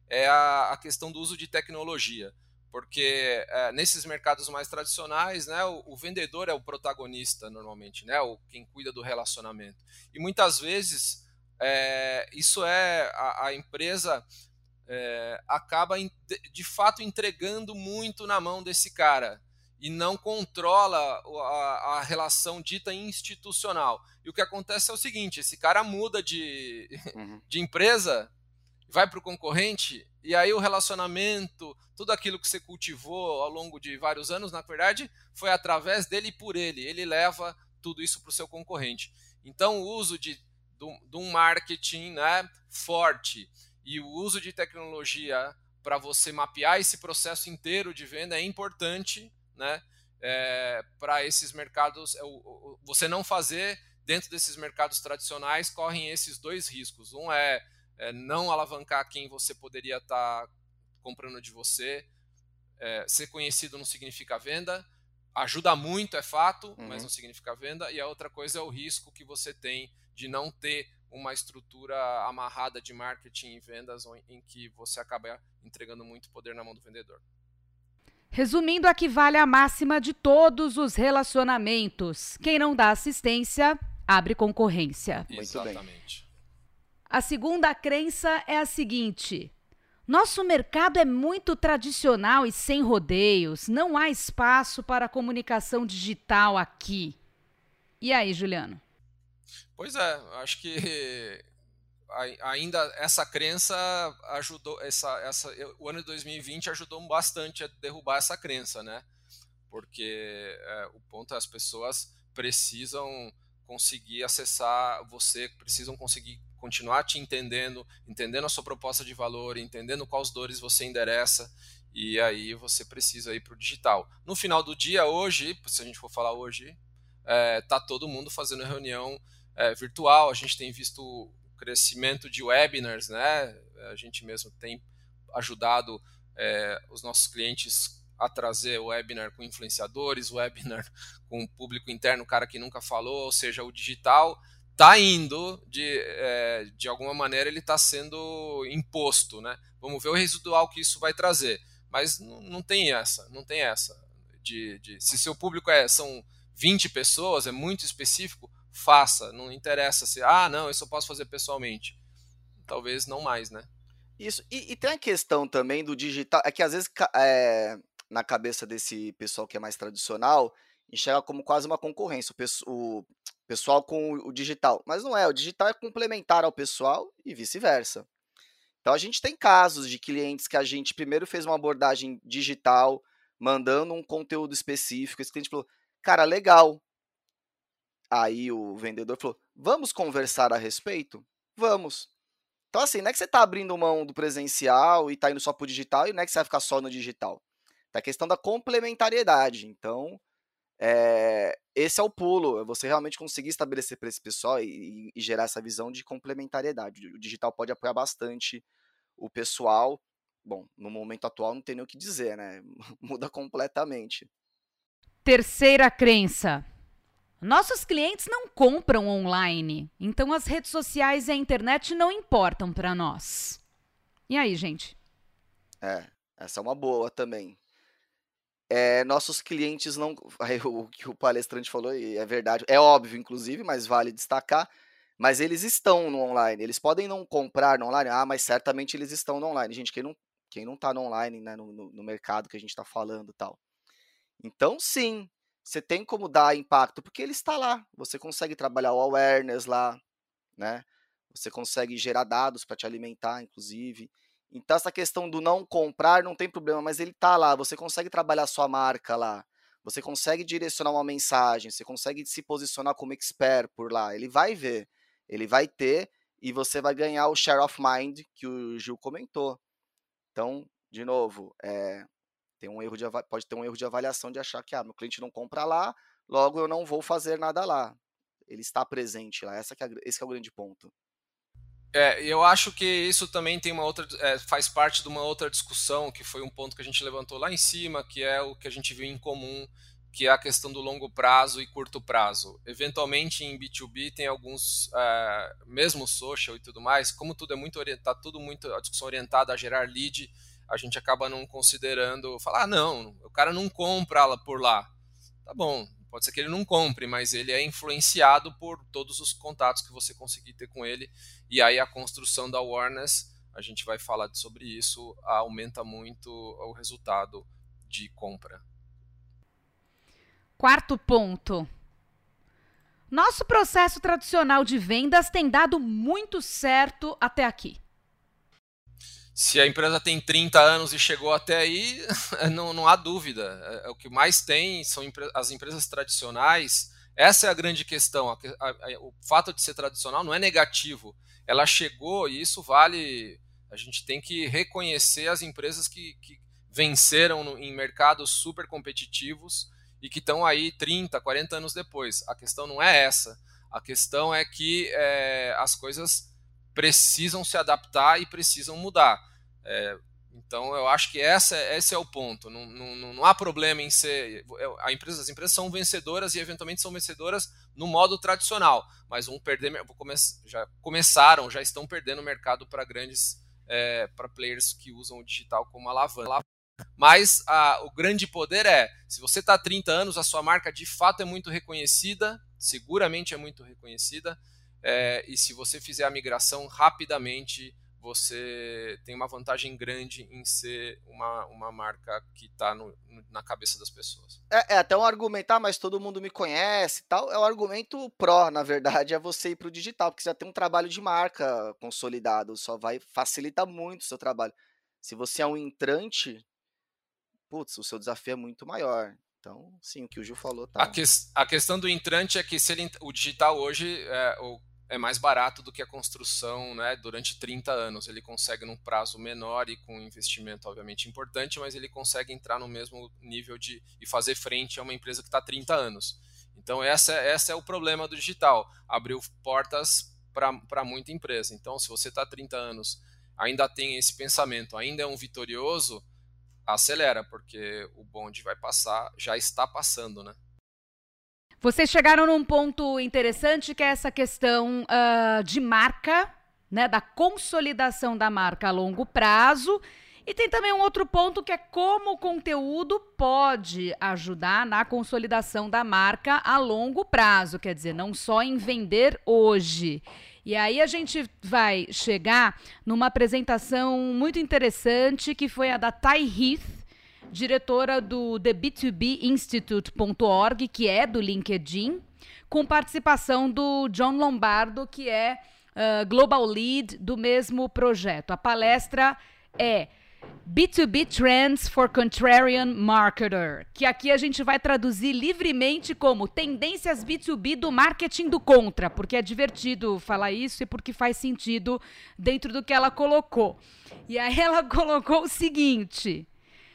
é a, a questão do uso de tecnologia. Porque é, nesses mercados mais tradicionais, né, o, o vendedor é o protagonista normalmente, né, o, quem cuida do relacionamento. E muitas vezes é, isso é a, a empresa é, acaba in, de fato entregando muito na mão desse cara e não controla a, a relação dita institucional. E o que acontece é o seguinte: esse cara muda de, uhum. de empresa, vai para o concorrente, e aí o relacionamento, tudo aquilo que você cultivou ao longo de vários anos, na verdade, foi através dele e por ele. Ele leva tudo isso para o seu concorrente. Então, o uso de, de, de um marketing, né, forte e o uso de tecnologia para você mapear esse processo inteiro de venda é importante, né, é, para esses mercados. É, o, você não fazer dentro desses mercados tradicionais, correm esses dois riscos. Um é É, não alavancar quem você poderia estar tá comprando de você. É, ser conhecido não significa venda. Ajuda muito, é fato, uhum. mas não significa venda. E a outra coisa é o risco que você tem de não ter uma estrutura amarrada de marketing e vendas em que você acaba entregando muito poder na mão do vendedor. Resumindo, aqui vale a máxima de todos os relacionamentos: quem não dá assistência, abre concorrência. Exatamente. A segunda crença é a seguinte: nosso mercado é muito tradicional e sem rodeios, não há espaço para comunicação digital aqui. E aí, Juliano? Pois é, acho que ainda essa crença ajudou, essa, essa, o ano de dois mil e vinte ajudou bastante a derrubar essa crença, né? Porque é, o ponto é as pessoas precisam conseguir acessar você, precisam conseguir continuar te entendendo, entendendo a sua proposta de valor, entendendo quais dores você endereça, e aí você precisa ir para o digital. No final do dia, hoje, se a gente for falar hoje, é, tá todo mundo fazendo reunião é, virtual. A gente tem visto o crescimento de webinars, né? A gente mesmo tem ajudado é, os nossos clientes a trazer o webinar com influenciadores, webinar com o público interno, o cara que nunca falou, ou seja, o digital está indo, de, é, de alguma maneira ele está sendo imposto, né? Vamos ver o residual que isso vai trazer, mas não, não tem essa, não tem essa. De, de, se seu público é, são vinte pessoas, é muito específico, faça, não interessa se, ah, não, isso eu posso fazer pessoalmente. Talvez não mais, né? Isso, e, e tem a questão também do digital, é que às vezes é, na cabeça desse pessoal que é mais tradicional, enxerga como quase uma concorrência, o, peço, o pessoal com o digital, mas não é, o digital é complementar ao pessoal e vice-versa. Então a gente tem casos de clientes que a gente primeiro fez uma abordagem digital, mandando um conteúdo específico, esse cliente falou, cara, legal. Aí o vendedor falou, vamos conversar a respeito? Vamos. Então assim, não é que você está abrindo mão do presencial e está indo só para o digital, e não é que você vai ficar só no digital. É a questão da complementariedade. Então, é, esse é o pulo, é você realmente conseguir estabelecer para esse pessoal e, e gerar essa visão de complementariedade. O digital pode apoiar bastante o pessoal. Bom, no momento atual não tem nem o que dizer, né? Muda completamente. Terceira crença: nossos clientes não compram online, então as redes sociais e a internet não importam para nós. E aí, gente? É, essa é uma boa também. É, nossos clientes não... Aí, o que o palestrante falou é verdade, é óbvio, inclusive, mas vale destacar, mas eles estão no online. Eles podem não comprar no online, ah, mas certamente eles estão no online. Gente, quem não, quem não tá no online, né, no, no, no mercado que a gente está falando e tal. Então, sim, você tem como dar impacto, porque ele está lá. Você consegue trabalhar o awareness lá, né? Você consegue gerar dados para te alimentar, inclusive. Então, essa questão do não comprar não tem problema, mas ele está lá. Você consegue trabalhar a sua marca lá. Você consegue direcionar uma mensagem. Você consegue se posicionar como expert por lá. Ele vai ver. Ele vai ter e você vai ganhar o share of mind que o Gil comentou. Então, de novo, é, tem um erro de, pode ter um erro de avaliação de achar que ah, meu cliente não compra lá, logo eu não vou fazer nada lá. Ele está presente lá. Essa que é, esse que é o grande ponto. É, eu acho que isso também tem uma outra, é, faz parte de uma outra discussão, que foi um ponto que a gente levantou lá em cima, que é o que a gente viu em comum, que é a questão do longo prazo e curto prazo. Eventualmente em B dois B tem alguns, é, mesmo social e tudo mais, como tudo é muito orientado, tudo muito, a discussão orientada a gerar lead, a gente acaba não considerando, falar, ah, não, o cara não compra lá por lá. Tá bom, pode ser que ele não compre, mas ele é influenciado por todos os contatos que você conseguir ter com ele, e aí a construção da awareness, a gente vai falar sobre isso, aumenta muito o resultado de compra. Quarto ponto. Nosso processo tradicional de vendas tem dado muito certo até aqui. Se a empresa tem trinta anos e chegou até aí, não, não há dúvida. É, é o que mais tem são as empresas tradicionais. Essa é a grande questão. A, a, a, o fato de ser tradicional não é negativo. Ela chegou e isso vale... A gente tem que reconhecer as empresas que, que venceram no, em mercados super competitivos e que estão aí trinta, quarenta anos depois. A questão não é essa. A questão é que é, as coisas precisam se adaptar e precisam mudar. É, então, eu acho que essa, esse é o ponto. Não, não, não há problema em ser... A empresa, as empresas são vencedoras e, eventualmente, são vencedoras no modo tradicional. Mas vão perder... Já começaram, já estão perdendo mercado para grandes... É, para players que usam o digital como alavanca. Mas a, o grande poder é, se você está há trinta anos, a sua marca de fato é muito reconhecida, seguramente é muito reconhecida, é, e se você fizer a migração rapidamente, você tem uma vantagem grande em ser uma, uma marca que está na cabeça das pessoas. É, é até um argumento, ah, mas todo mundo me conhece e tal. É um argumento pró, na verdade, é você ir para o digital, porque você já tem um trabalho de marca consolidado, só vai facilitar muito o seu trabalho. Se você é um entrante, putz, o seu desafio é muito maior. Então, sim, o que o Gil falou tá. A, que, a questão do entrante é que se ele, o digital hoje é, o, é mais barato do que a construção, né, durante trinta anos. Ele consegue num prazo menor e com um investimento, obviamente, importante, mas ele consegue entrar no mesmo nível de e fazer frente a uma empresa que está há trinta anos. Então, essa, essa é o problema do digital. Abriu portas para muita empresa. Então, se você está há trinta anos, ainda tem esse pensamento, ainda é um vitorioso, acelera, porque o bonde vai passar, já está passando, né? Vocês chegaram num ponto interessante, que é essa questão uh, de marca, né, da consolidação da marca a longo prazo. E tem também um outro ponto, que é como o conteúdo pode ajudar na consolidação da marca a longo prazo, quer dizer, não só em vender hoje. E aí a gente vai chegar numa apresentação muito interessante, que foi a da Ty Heath, diretora do The B dois B Institute ponto org, que é do LinkedIn, com participação do John Lombardo, que é uh, Global Lead do mesmo projeto. A palestra é B dois B Trends for Contrarian Marketer, que aqui a gente vai traduzir livremente como tendências B dois B do marketing do contra, porque é divertido falar isso e porque faz sentido dentro do que ela colocou. E aí ela colocou o seguinte: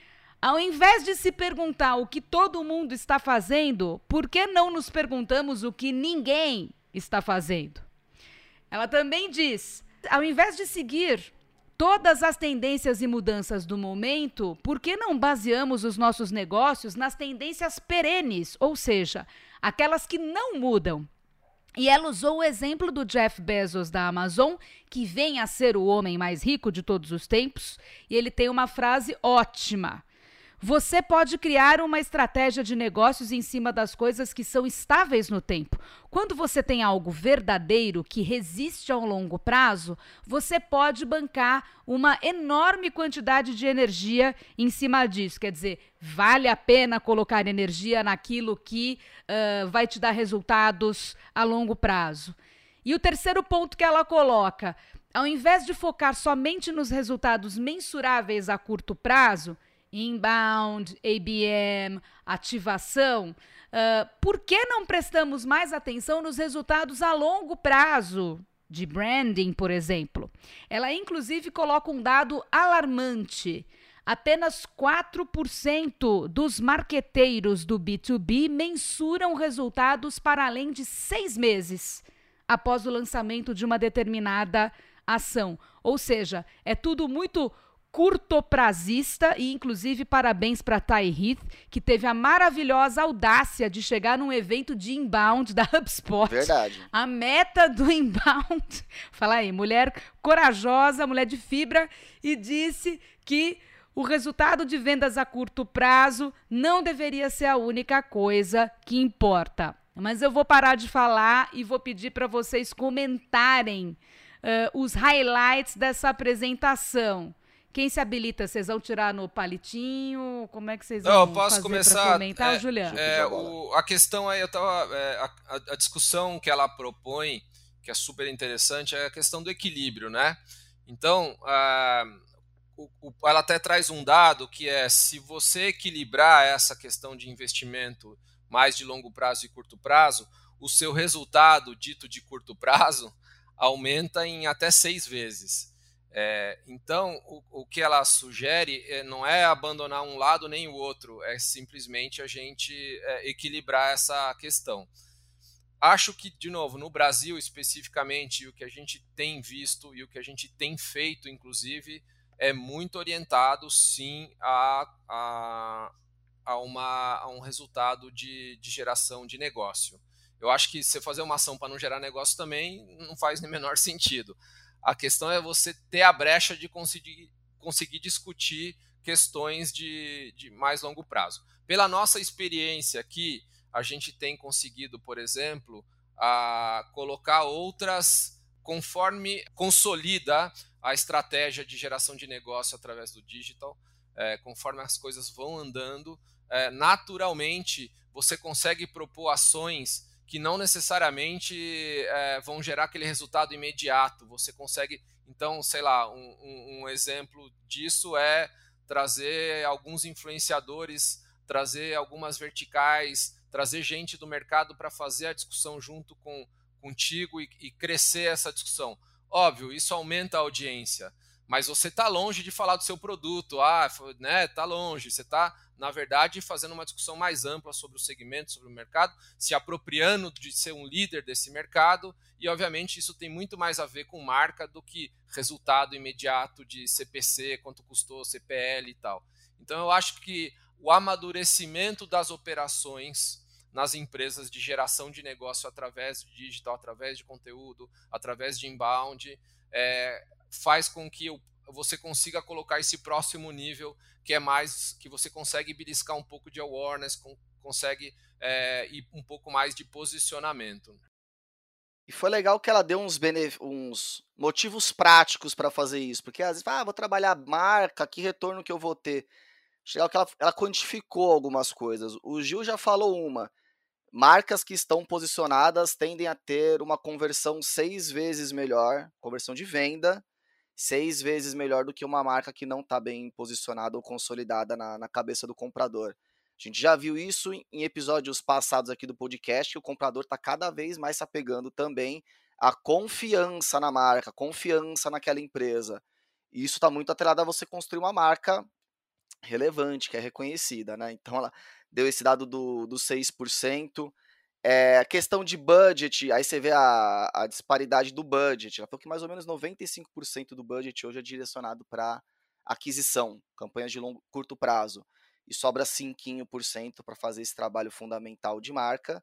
ao invés de se perguntar o que todo mundo está fazendo, por que não nos perguntamos o que ninguém está fazendo? Ela também diz, ao invés de seguir todas as tendências e mudanças do momento, por que não baseamos os nossos negócios nas tendências perenes, ou seja, aquelas que não mudam? E ela usou o exemplo do Jeff Bezos da Amazon, que vem a ser o homem mais rico de todos os tempos, e ele tem uma frase ótima: você pode criar uma estratégia de negócios em cima das coisas que são estáveis no tempo. Quando você tem algo verdadeiro que resiste ao longo prazo, você pode bancar uma enorme quantidade de energia em cima disso. Quer dizer, vale a pena colocar energia naquilo que uh, vai te dar resultados a longo prazo. E o terceiro ponto que ela coloca, ao invés de focar somente nos resultados mensuráveis a curto prazo, inbound, A B M, ativação, uh, por que não prestamos mais atenção nos resultados a longo prazo de branding, por exemplo? Ela, inclusive, coloca um dado alarmante. Apenas quatro por cento dos marqueteiros do B dois B mensuram resultados para além de seis meses após o lançamento de uma determinada ação. Ou seja, é tudo muito curtoprazista e, inclusive, parabéns para a Thay Heath, que teve a maravilhosa audácia de chegar num evento de inbound da HubSpot. Verdade. A meta do inbound. Fala aí, mulher corajosa, mulher de fibra, e disse que o resultado de vendas a curto prazo não deveria ser a única coisa que importa. Mas eu vou parar de falar e vou pedir para vocês comentarem uh, os highlights dessa apresentação. Quem se habilita? Vocês vão tirar no palitinho? Como é que vocês vão Não, eu posso fazer começar, para comentar, é, Juliano? É, o, a questão aí, eu tava, é, a, a discussão que ela propõe, que é super interessante, é a questão do equilíbrio, né? Então, a, o, o, ela até traz um dado que é, se você equilibrar essa questão de investimento mais de longo prazo e curto prazo, o seu resultado dito de curto prazo aumenta em até seis vezes. É, então, o, o que ela sugere é, não é abandonar um lado nem o outro, é simplesmente a gente é, equilibrar essa questão. Acho que, de novo, no Brasil especificamente, o que a gente tem visto e o que a gente tem feito, inclusive, é muito orientado, sim, a, a, a, uma, a um resultado de, de geração de negócio. Eu acho que você fazer uma ação para não gerar negócio também não faz nem menor sentido. A questão é você ter a brecha de conseguir, conseguir discutir questões de, de mais longo prazo. Pela nossa experiência aqui, a gente tem conseguido, por exemplo, a colocar outras, conforme consolida a estratégia de geração de negócio através do digital, é, conforme as coisas vão andando, é, naturalmente você consegue propor ações que não necessariamente é, vão gerar aquele resultado imediato. Você consegue, então, sei lá, um, um, um exemplo disso é trazer alguns influenciadores, trazer algumas verticais, trazer gente do mercado para fazer a discussão junto com contigo e, e crescer essa discussão. Óbvio, isso aumenta a audiência, mas você está longe de falar do seu produto, ah, né, tá longe, você está, na verdade, fazendo uma discussão mais ampla sobre o segmento, sobre o mercado, se apropriando de ser um líder desse mercado, e, obviamente, isso tem muito mais a ver com marca do que resultado imediato de C P C, quanto custou, C P L e tal. Então, eu acho que o amadurecimento das operações nas empresas de geração de negócio através de digital, através de conteúdo, através de inbound, é, faz com que você consiga colocar esse próximo nível, que é mais que você consegue beliscar um pouco de awareness, com, consegue é, ir um pouco mais de posicionamento. E foi legal que ela deu uns, benef... uns motivos práticos para fazer isso, porque às vezes, ah, vou trabalhar marca, que retorno que eu vou ter? Legal que ela, ela quantificou algumas coisas. O Gil já falou uma. Marcas que estão posicionadas tendem a ter uma conversão seis vezes melhor, conversão de venda, seis vezes melhor do que uma marca que não está bem posicionada ou consolidada na, na cabeça do comprador. A gente já viu isso em, em episódios passados aqui do podcast, que o comprador está cada vez mais se apegando também à confiança na marca, confiança naquela empresa. E isso está muito atrelado a você construir uma marca relevante, que é reconhecida, né? Então ela deu esse dado do, do seis por cento. É, a questão de budget, aí você vê a, a disparidade do budget. Ela falou que mais ou menos noventa e cinco por cento do budget hoje é direcionado para aquisição, campanhas de longo, curto prazo. E sobra cinco por cento para fazer esse trabalho fundamental de marca.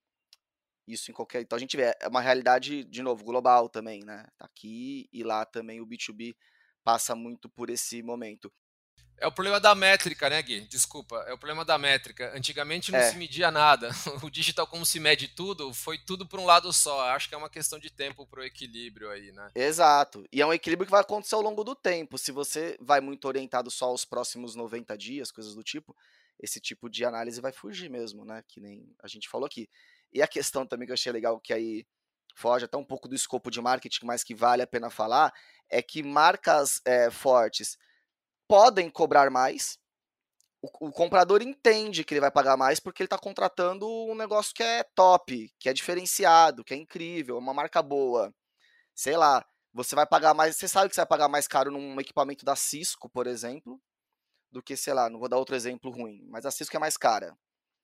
Isso em qualquer. Então a gente vê, é uma realidade, de novo, global também, né? Aqui e lá também o B dois B passa muito por esse momento. É o problema da métrica, né, Gui? Desculpa, é o problema da métrica. Antigamente não É. se media nada. O digital, como se mede tudo, foi tudo para um lado só. Acho que é uma questão de tempo para o equilíbrio aí, né? Exato. E é um equilíbrio que vai acontecer ao longo do tempo. Se você vai muito orientado só aos próximos noventa dias, coisas do tipo, esse tipo de análise vai fugir mesmo, né? Que nem a gente falou aqui. E a questão também que eu achei legal, que aí foge até um pouco do escopo de marketing, mas que vale a pena falar, é que marcas é, fortes podem cobrar mais. O, o comprador entende que ele vai pagar mais porque ele está contratando um negócio que é top, que é diferenciado, que é incrível, uma marca boa. Sei lá, você vai pagar mais, você sabe que você vai pagar mais caro num equipamento da Cisco, por exemplo, do que, sei lá, não vou dar outro exemplo ruim, mas a Cisco é mais cara.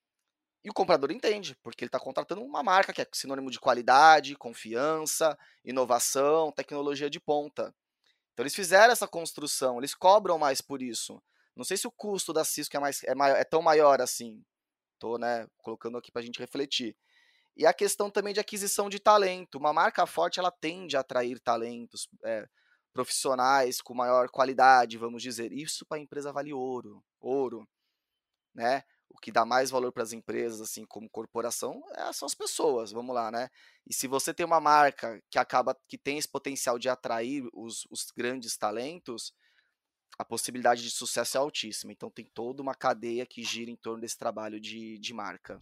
E o comprador entende, porque ele está contratando uma marca que é sinônimo de qualidade, confiança, inovação, tecnologia de ponta. Então eles fizeram essa construção, eles cobram mais por isso. Não sei se o custo da Cisco é, mais, é, maior, é tão maior assim. Estou, né, colocando aqui para a gente refletir. E a questão também de aquisição de talento. Uma marca forte, ela tende a atrair talentos é, profissionais com maior qualidade, vamos dizer. Isso para a empresa vale ouro. Ouro. Né? O que dá mais valor para as empresas, assim, como corporação, é, são as pessoas, vamos lá, né? E se você tem uma marca que acaba, que tem esse potencial de atrair os, os grandes talentos, a possibilidade de sucesso é altíssima. Então tem toda uma cadeia que gira em torno desse trabalho de, de marca.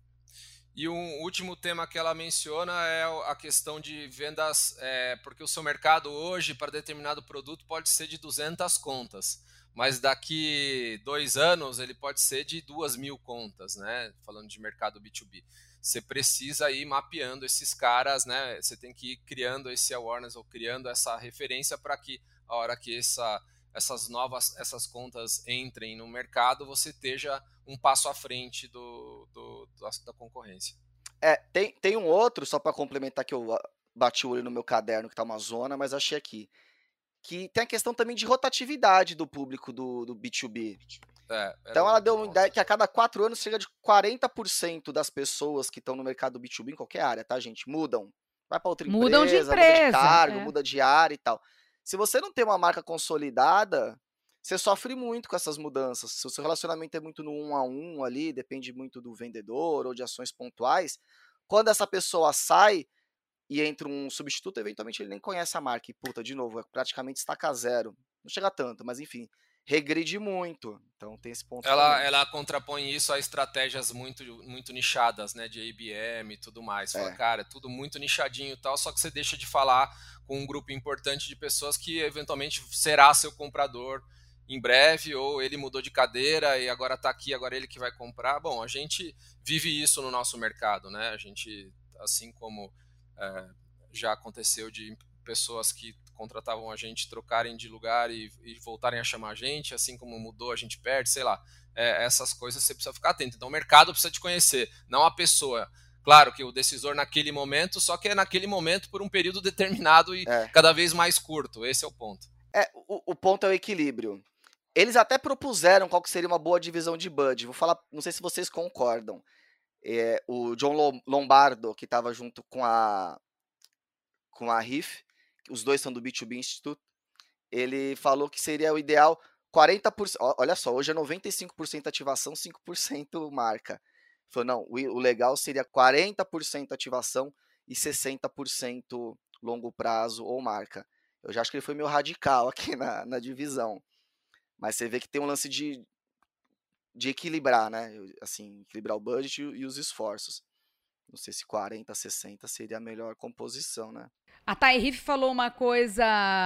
E um último tema que ela menciona é a questão de vendas, é, porque o seu mercado hoje, para determinado produto, pode ser de duzentas contas, mas daqui dois anos ele pode ser de duas mil contas, né? Falando de mercado B dois B. Você precisa ir mapeando esses caras, né? Você tem que ir criando esse awareness ou criando essa referência para que a hora que essa, essas novas essas contas entrem no mercado, você esteja um passo à frente do, do, da, da concorrência. É, tem, tem um outro, só para complementar, que eu bati o olho no meu caderno, que tá uma zona, mas achei aqui, que tem a questão também de rotatividade do público do, do B dois B. É, então ela deu uma ideia que a cada quatro anos chega de quarenta por cento das pessoas que estão no mercado B dois B, em qualquer área, tá, gente? Mudam. Vai para outra Mudam empresa, de empresa, muda de cargo, é. muda de área e tal. Se você não tem uma marca consolidada, você sofre muito com essas mudanças. Se o seu relacionamento é muito no um a um ali, depende muito do vendedor ou de ações pontuais, quando essa pessoa sai e entra um substituto, eventualmente ele nem conhece a marca. E, puta, de novo, é praticamente estaca zero. Não chega tanto, mas enfim, regride muito. Então tem esse ponto ela, também. Ela contrapõe isso a estratégias muito, muito nichadas, né, de I B M e tudo mais. Fala, é. cara, é tudo muito nichadinho e tal, só que você deixa de falar com um grupo importante de pessoas que eventualmente será seu comprador em breve, ou ele mudou de cadeira e agora está aqui, agora ele que vai comprar. Bom, a gente vive isso no nosso mercado, né? A gente, assim como é, já aconteceu de pessoas que contratavam a gente trocarem de lugar e, e voltarem a chamar a gente, assim como mudou, a gente perde, sei lá. É, essas coisas você precisa ficar atento. Então o mercado precisa te conhecer, não a pessoa. Claro que o decisor naquele momento, só que é naquele momento por um período determinado e é. cada vez mais curto. Esse é o ponto. É, o, o ponto é o equilíbrio. Eles até propuseram qual que seria uma boa divisão de budget. Vou falar, não sei se vocês concordam. É, o John Lombardo, que estava junto com a com a Riff, os dois são do B dois B Institute, ele falou que seria o ideal quarenta por cento. Olha só, hoje é noventa e cinco por cento ativação, cinco por cento marca. Ele falou, não, o legal seria quarenta por cento ativação e sessenta por cento longo prazo ou marca. Eu já acho que ele foi meio radical aqui na, na divisão. Mas você vê que tem um lance de, de equilibrar, né? Assim, equilibrar o budget e, e os esforços. Não sei se quarenta, sessenta seria a melhor composição, né? A Thay Riff falou uma coisa,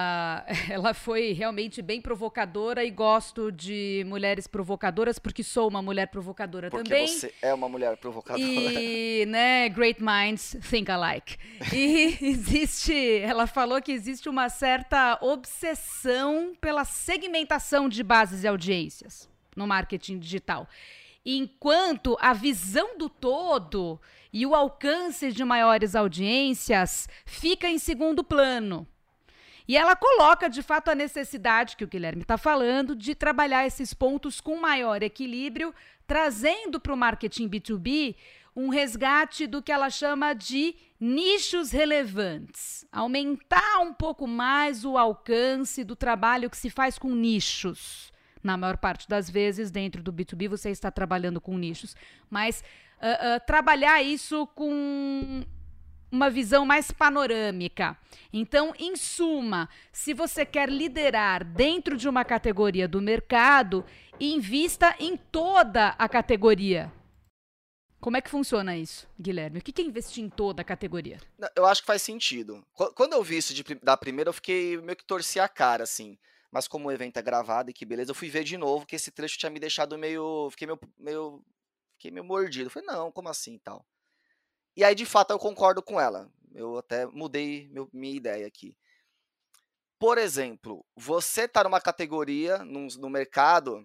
ela foi realmente bem provocadora e gosto de mulheres provocadoras porque sou uma mulher provocadora porque também. Porque você é uma mulher provocadora. E, né, great minds think alike. E existe, ela falou que existe uma certa obsessão pela segmentação de bases e audiências no marketing digital. Enquanto a visão do todo e o alcance de maiores audiências fica em segundo plano. E ela coloca, de fato, a necessidade, que o Guilherme está falando, de trabalhar esses pontos com maior equilíbrio, trazendo para o marketing B dois B um resgate do que ela chama de nichos relevantes. Aumentar um pouco mais o alcance do trabalho que se faz com nichos. Na maior parte das vezes, dentro do B dois B, você está trabalhando com nichos. Mas uh, uh, trabalhar isso com uma visão mais panorâmica. Então, em suma, se você quer liderar dentro de uma categoria do mercado, invista em toda a categoria. Como é que funciona isso, Guilherme? O que é investir em toda a categoria? Eu acho que faz sentido. Quando eu vi isso de, da primeira, eu fiquei meio que torci a cara, assim. Mas como o evento é gravado e que beleza, eu fui ver de novo, que esse trecho tinha me deixado meio... Fiquei meio, meio, fiquei meio mordido. Eu falei, não, como assim e tal? E aí, de fato, eu concordo com ela. Eu até mudei meu, minha ideia aqui. Por exemplo, você tá numa categoria, num, no mercado...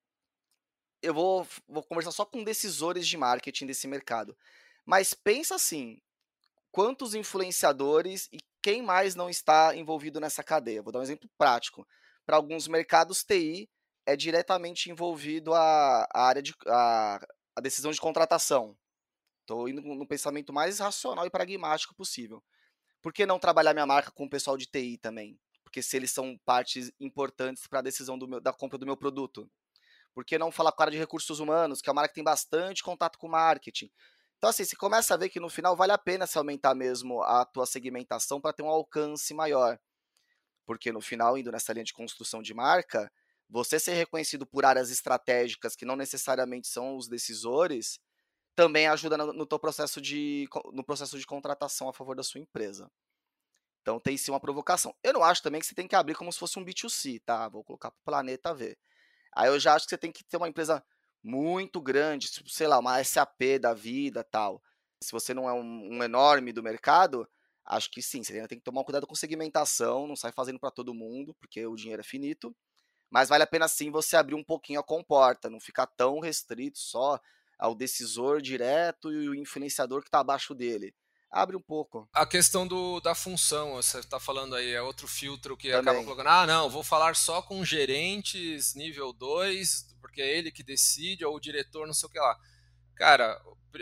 Eu vou, vou conversar só com decisores de marketing desse mercado. Mas pensa assim, quantos influenciadores e quem mais não está envolvido nessa cadeia? Vou dar um exemplo prático. Para alguns mercados, T I é diretamente envolvido a, a área de a, a decisão de contratação. Estou indo no pensamento mais racional e pragmático possível. Por que não trabalhar minha marca com o pessoal de T I também? Porque se eles são partes importantes para a decisão do meu, da compra do meu produto. Por que não falar com a área de recursos humanos, que é uma área que tem bastante contato com o marketing? Então, assim, você começa a ver que no final vale a pena se aumentar mesmo a tua segmentação para ter um alcance maior. Porque no final, indo nessa linha de construção de marca, você ser reconhecido por áreas estratégicas que não necessariamente são os decisores, também ajuda no, no teu processo de, no processo de contratação a favor da sua empresa. Então tem sim uma provocação. Eu não acho também que você tem que abrir como se fosse um B dois C, tá? Vou colocar para o planeta ver. Aí eu já acho que você tem que ter uma empresa muito grande, sei lá, uma S A P da vida, tal. Se você não é um, um enorme do mercado, acho que sim, você ainda tem que tomar um cuidado com segmentação, não sai fazendo para todo mundo, porque o dinheiro é finito. Mas vale a pena sim você abrir um pouquinho a comporta, não ficar tão restrito só ao decisor direto e o influenciador que está abaixo dele. Abre um pouco. A questão do, da função, você está falando aí, é outro filtro que Também. acaba colocando, ah, não, vou falar só com gerentes nível dois, porque é ele que decide, ou o diretor, não sei o que lá. Cara,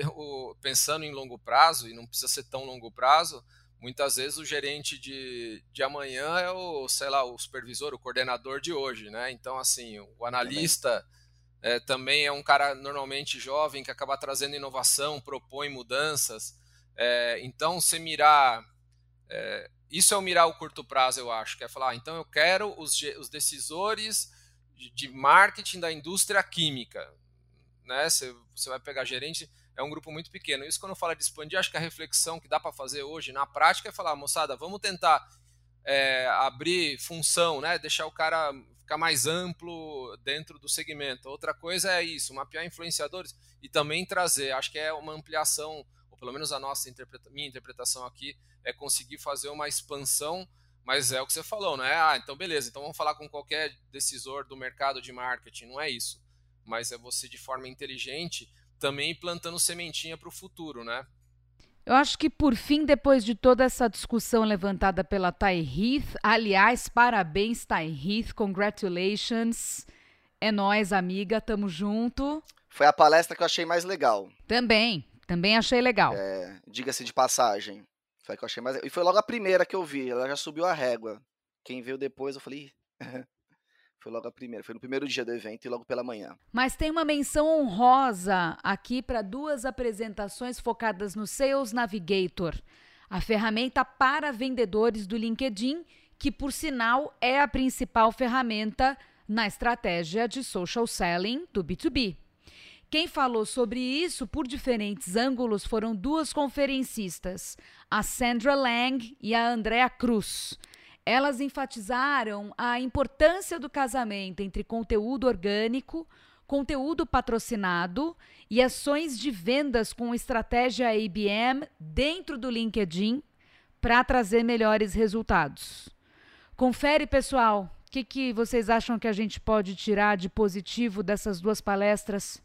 o, pensando em longo prazo, e não precisa ser tão longo prazo, muitas vezes o gerente de, de amanhã é o, sei lá, o supervisor, o coordenador de hoje, né? Então, assim, o analista é, também é um cara normalmente jovem que acaba trazendo inovação, propõe mudanças. É, então, você mirar... É, isso é o mirar o curto prazo, eu acho, que é falar, ah, então eu quero os, os decisores de, de marketing da indústria química, né? Você, você vai pegar gerente, é um grupo muito pequeno. Isso quando eu falo de expandir, acho que a reflexão que dá para fazer hoje na prática é falar, moçada, vamos tentar é, abrir função, né? Deixar o cara ficar mais amplo dentro do segmento. Outra coisa é isso, mapear influenciadores e também trazer, acho que é uma ampliação, ou pelo menos a nossa interpreta, minha interpretação aqui, é conseguir fazer uma expansão, mas é o que você falou, não é? Ah, então beleza, então vamos falar com qualquer decisor do mercado de marketing, não é isso. Mas é você, de forma inteligente, também plantando sementinha para o futuro, né? Eu acho que, por fim, depois de toda essa discussão levantada pela Thay Heath, aliás, parabéns, Thay Heath, congratulations, é nóis, amiga, tamo junto. Foi a palestra que eu achei mais legal. Também, também achei legal. É, diga-se de passagem. Foi a que eu achei mais... E foi logo a primeira que eu vi, ela já subiu a régua. Quem veio depois, eu falei... Foi logo a primeira, foi no primeiro dia do evento e logo pela manhã. Mas tem uma menção honrosa aqui para duas apresentações focadas no Sales Navigator, a ferramenta para vendedores do LinkedIn, que por sinal é a principal ferramenta na estratégia de social selling do B dois B. Quem falou sobre isso por diferentes ângulos foram duas conferencistas, a Sandra Lang e a Andrea Cruz. Elas enfatizaram a importância do casamento entre conteúdo orgânico, conteúdo patrocinado e ações de vendas com estratégia A B M dentro do LinkedIn para trazer melhores resultados. Confere, pessoal, o que, que vocês acham que a gente pode tirar de positivo dessas duas palestras?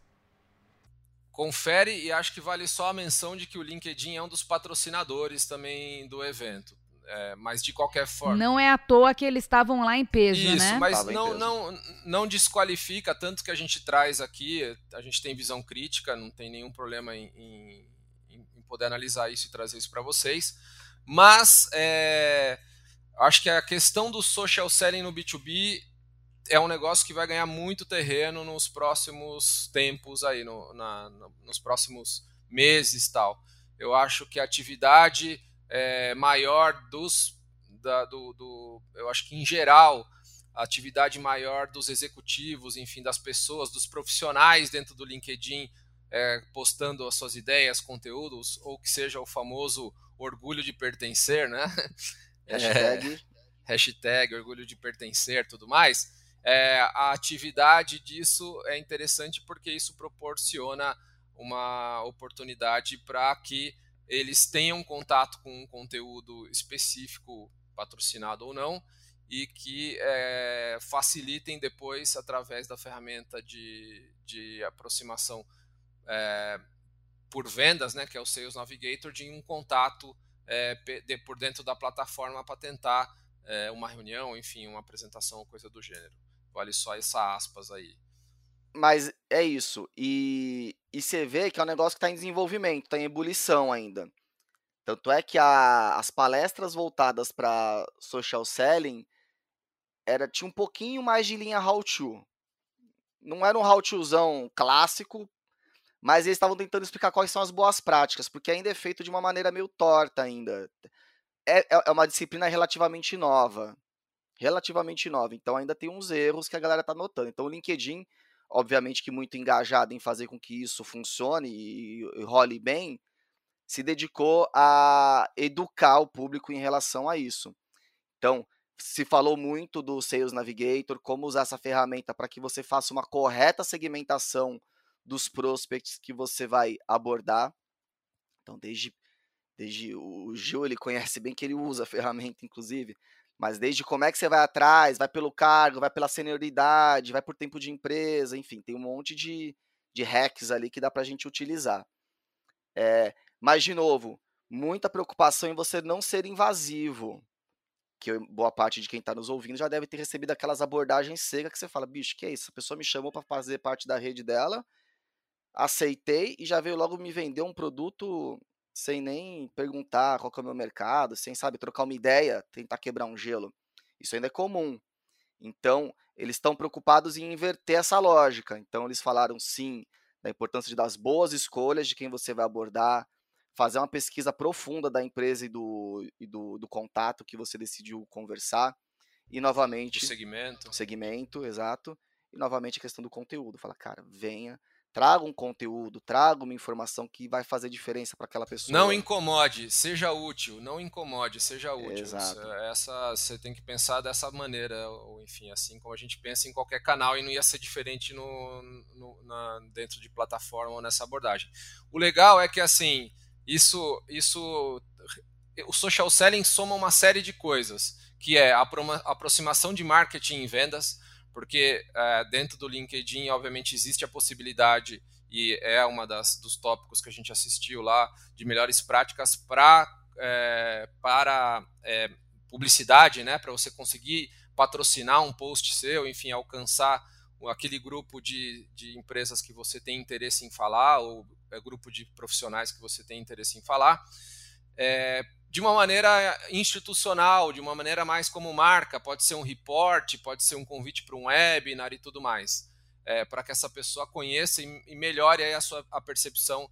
Confere, e acho que vale só a menção de que o LinkedIn é um dos patrocinadores também do evento. É, mas de qualquer forma... Não é à toa que eles estavam lá em peso, Isso, né? Isso, mas Tava não, não, não desqualifica, tanto que a gente traz aqui, a gente tem visão crítica, não tem nenhum problema em, em, em poder analisar isso e trazer isso para vocês, mas é, acho que a questão do social selling no B dois B é um negócio que vai ganhar muito terreno nos próximos tempos, aí, no, na, no, nos próximos meses e tal. Eu acho que a atividade... É, maior dos da, do, do eu acho que em geral a atividade maior dos executivos, enfim, das pessoas, dos profissionais dentro do LinkedIn, é, postando as suas ideias, conteúdos, ou que seja o famoso orgulho de pertencer, né? Hashtag, é, hashtag orgulho de pertencer, tudo mais. É, a atividade disso é interessante porque isso proporciona uma oportunidade para que eles tenham contato com um conteúdo específico, patrocinado ou não, e que é, facilitem depois, através da ferramenta de, de aproximação é, por vendas, né, que é o Sales Navigator, de um contato é, de, por dentro da plataforma para tentar é, uma reunião, enfim, uma apresentação, coisa do gênero. Vale só essa aspas aí. Mas é isso. E, e você vê que é um negócio que está em desenvolvimento, está em ebulição ainda. Tanto é que a, as palestras voltadas para social selling era, tinha um pouquinho mais de linha how-to. Não era um how-tozão clássico, mas eles estavam tentando explicar quais são as boas práticas, porque ainda é feito de uma maneira meio torta ainda. É, é uma disciplina relativamente nova. Relativamente nova. Então ainda tem uns erros que a galera tá notando. Então o LinkedIn, obviamente que muito engajado em fazer com que isso funcione e, e role bem, se dedicou a educar o público em relação a isso. Então, se falou muito do Sales Navigator, como usar essa ferramenta para que você faça uma correta segmentação dos prospects que você vai abordar. Então, desde, desde o Gil, ele conhece bem que ele usa a ferramenta, inclusive, mas desde como é que você vai atrás, vai pelo cargo, vai pela senioridade, vai por tempo de empresa, enfim, tem um monte de, de hacks ali que dá para a gente utilizar. É, mas, de novo, muita preocupação em você não ser invasivo, que boa parte de quem está nos ouvindo já deve ter recebido aquelas abordagens secas que você fala, bicho, que é isso? A pessoa me chamou para fazer parte da rede dela, aceitei e já veio logo me vender um produto sem nem perguntar qual que é o meu mercado, sem, sabe, trocar uma ideia, tentar quebrar um gelo. Isso ainda é comum. Então, eles estão preocupados em inverter essa lógica. Então, eles falaram, sim, da importância de dar as boas escolhas de quem você vai abordar, fazer uma pesquisa profunda da empresa e do, e do, do contato que você decidiu conversar. E, novamente... Do segmento. Segmento, exato. E, novamente, a questão do conteúdo. Fala, cara, venha, traga um conteúdo, traga uma informação que vai fazer diferença para aquela pessoa. Não incomode, seja útil. Não incomode, seja útil. Exato. Essa, você tem que pensar dessa maneira, ou enfim, assim como a gente pensa em qualquer canal, e não ia ser diferente no, no, na, dentro de plataforma ou nessa abordagem. O legal é que, assim, isso, isso, o social selling soma uma série de coisas, que é a aproximação de marketing e vendas, porque é, dentro do LinkedIn, obviamente, existe a possibilidade, e é uma das, dos tópicos que a gente assistiu lá, de melhores práticas pra, é, para é, publicidade, né, para você conseguir patrocinar um post seu, enfim, alcançar aquele grupo de, de empresas que você tem interesse em falar, ou é, grupo de profissionais que você tem interesse em falar, é, de uma maneira institucional, de uma maneira mais como marca, pode ser um report, pode ser um convite para um webinar e tudo mais, é, para que essa pessoa conheça e, e melhore aí a sua a percepção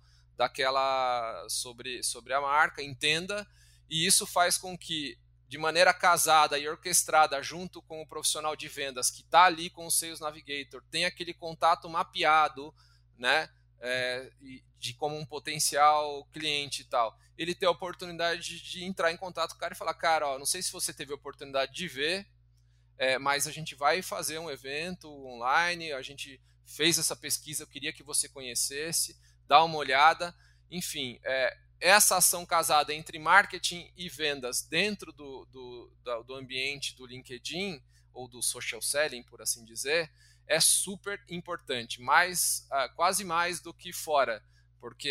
daquela sobre, sobre a marca, entenda, e isso faz com que, de maneira casada e orquestrada junto com o profissional de vendas que está ali com o Sales Navigator, tenha aquele contato mapeado, né, é, de como um potencial cliente e tal, ele ter a oportunidade de, de entrar em contato com o cara e falar, cara, ó, não sei se você teve a oportunidade de ver, é, mas a gente vai fazer um evento online, a gente fez essa pesquisa, eu queria que você conhecesse, dá uma olhada, enfim, é, essa ação casada entre marketing e vendas dentro do, do, do ambiente do LinkedIn, ou do social selling, por assim dizer, é super importante, mais, uh, quase mais do que fora, porque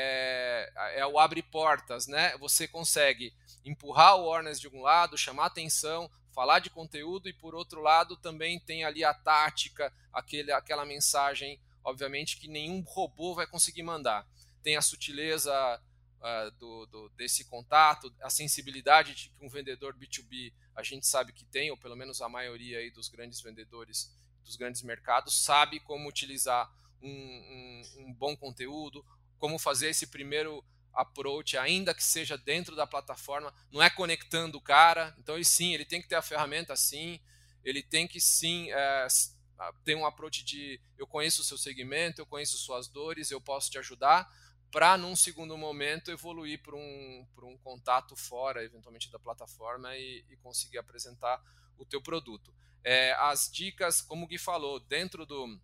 é, é o abre portas, né? Você consegue empurrar o awareness de um lado, chamar atenção, falar de conteúdo, e por outro lado também tem ali a tática, aquele, aquela mensagem, obviamente, que nenhum robô vai conseguir mandar. Tem a sutileza uh, do, do, desse contato, a sensibilidade de que um vendedor B dois B, a gente sabe que tem, ou pelo menos a maioria aí dos grandes vendedores dos grandes mercados, sabe como utilizar um, um, um bom conteúdo, como fazer esse primeiro approach, ainda que seja dentro da plataforma, não é conectando o cara, então ele sim, ele tem que ter a ferramenta sim, ele tem que sim é, ter um approach de eu conheço o seu segmento, eu conheço suas dores, eu posso te ajudar, para num segundo momento evoluir para um, para um contato fora, eventualmente da plataforma, e, e conseguir apresentar o teu produto. É, as dicas, como o Gui falou, dentro do...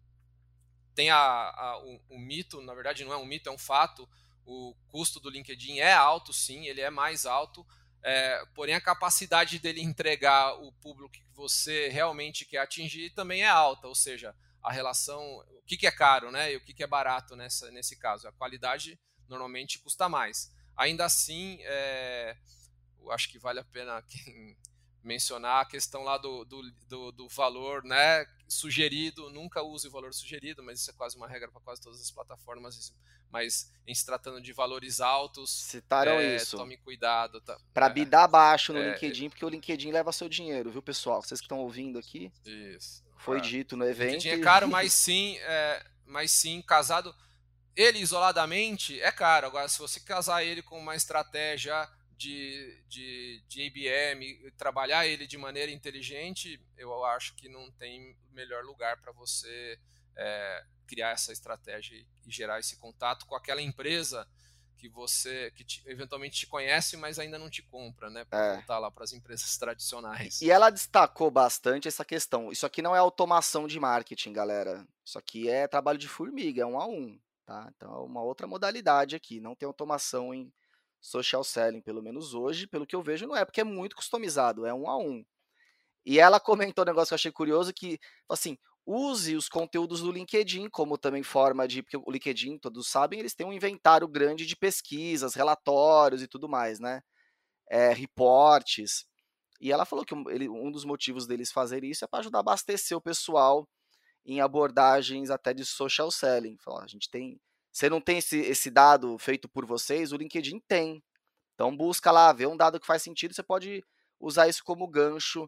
Tem a, a, o, o mito, na verdade não é um mito, é um fato, o custo do LinkedIn é alto sim, ele é mais alto, é, porém a capacidade dele entregar o público que você realmente quer atingir também é alta, ou seja, a relação, o que, que é caro, né, e o que, que é barato nessa, nesse caso. A qualidade normalmente custa mais, ainda assim, é, eu acho que vale a pena quem mencionar a questão lá do, do, do, do valor, né, sugerido. Nunca use o valor sugerido, mas isso é quase uma regra para quase todas as plataformas, mas em se tratando de valores altos, citaram é, isso. Tome cuidado. Tá, para é, bidar baixo no é, LinkedIn, porque o LinkedIn leva seu dinheiro, viu, pessoal? Vocês que estão ouvindo aqui, isso, foi é. dito no evento. LinkedIn é caro, mas sim, é, mas sim, casado, ele isoladamente é caro. Agora, se você casar ele com uma estratégia de, de, de I B M, trabalhar ele de maneira inteligente, eu acho que não tem melhor lugar para você é, criar essa estratégia e, e gerar esse contato com aquela empresa que você que te, eventualmente te conhece, mas ainda não te compra, né? Para É. voltar lá para as empresas tradicionais. E ela destacou bastante essa questão. Isso aqui não é automação de marketing, galera. Isso aqui é trabalho de formiga, é um a um, tá? Então é uma outra modalidade aqui. Não tem automação em social selling, pelo menos hoje, pelo que eu vejo, não é, porque é muito customizado, é um a um. E ela comentou um negócio que eu achei curioso, que, assim, use os conteúdos do LinkedIn como também forma de, porque o LinkedIn, todos sabem, eles têm um inventário grande de pesquisas, relatórios e tudo mais, né? É, reportes. E ela falou que um, ele, um dos motivos deles fazerem isso é para ajudar a abastecer o pessoal em abordagens até de social selling. Falou, a gente tem, você não tem esse, esse dado feito por vocês, o LinkedIn tem. Então busca lá, vê um dado que faz sentido, você pode usar isso como gancho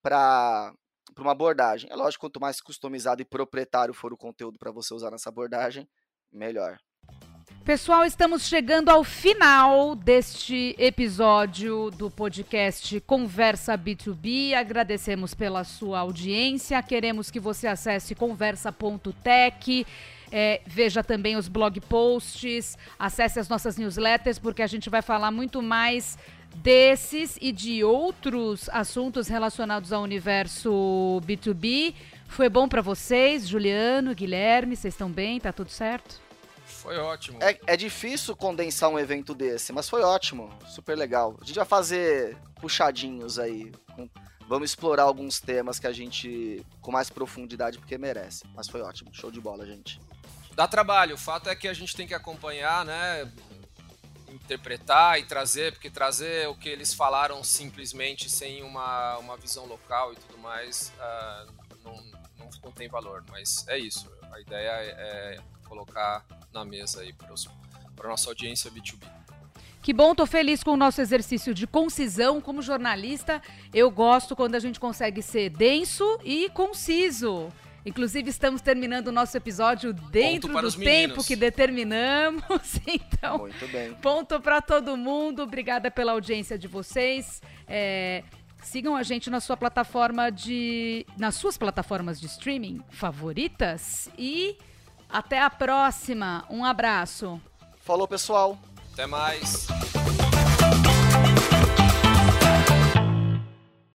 para uma abordagem. É lógico, quanto mais customizado e proprietário for o conteúdo para você usar nessa abordagem, melhor. Pessoal, estamos chegando ao final deste episódio do podcast Conversa B dois B. Agradecemos pela sua audiência. Queremos que você acesse conversa ponto tech. É, veja também os blog posts, acesse as nossas newsletters, porque a gente vai falar muito mais desses e de outros assuntos relacionados ao universo B dois B. Foi bom para vocês, Juliano, Guilherme? Vocês estão bem? Tá tudo certo? Foi ótimo. É, é difícil condensar um evento desse, mas foi ótimo, super legal. A gente vai fazer puxadinhos aí. Vamos explorar alguns temas que a gente, com mais profundidade, porque merece. Mas foi ótimo, show de bola, gente. Dá trabalho, o fato é que a gente tem que acompanhar, né? Interpretar e trazer, porque trazer o que eles falaram simplesmente sem uma, uma visão local e tudo mais, uh, não, não, não tem valor. Mas é isso, a ideia é, é colocar na mesa aí para a nossa audiência B dois B. Que bom, tô feliz com o nosso exercício de concisão. Como jornalista, eu gosto quando a gente consegue ser denso e conciso. Inclusive, estamos terminando o nosso episódio dentro do tempo que determinamos. Então, muito bem. Ponto para todo mundo. Obrigada pela audiência de vocês. É, sigam a gente na sua plataforma de, nas suas plataformas de streaming favoritas. E até a próxima. Um abraço. Falou, pessoal. Até mais.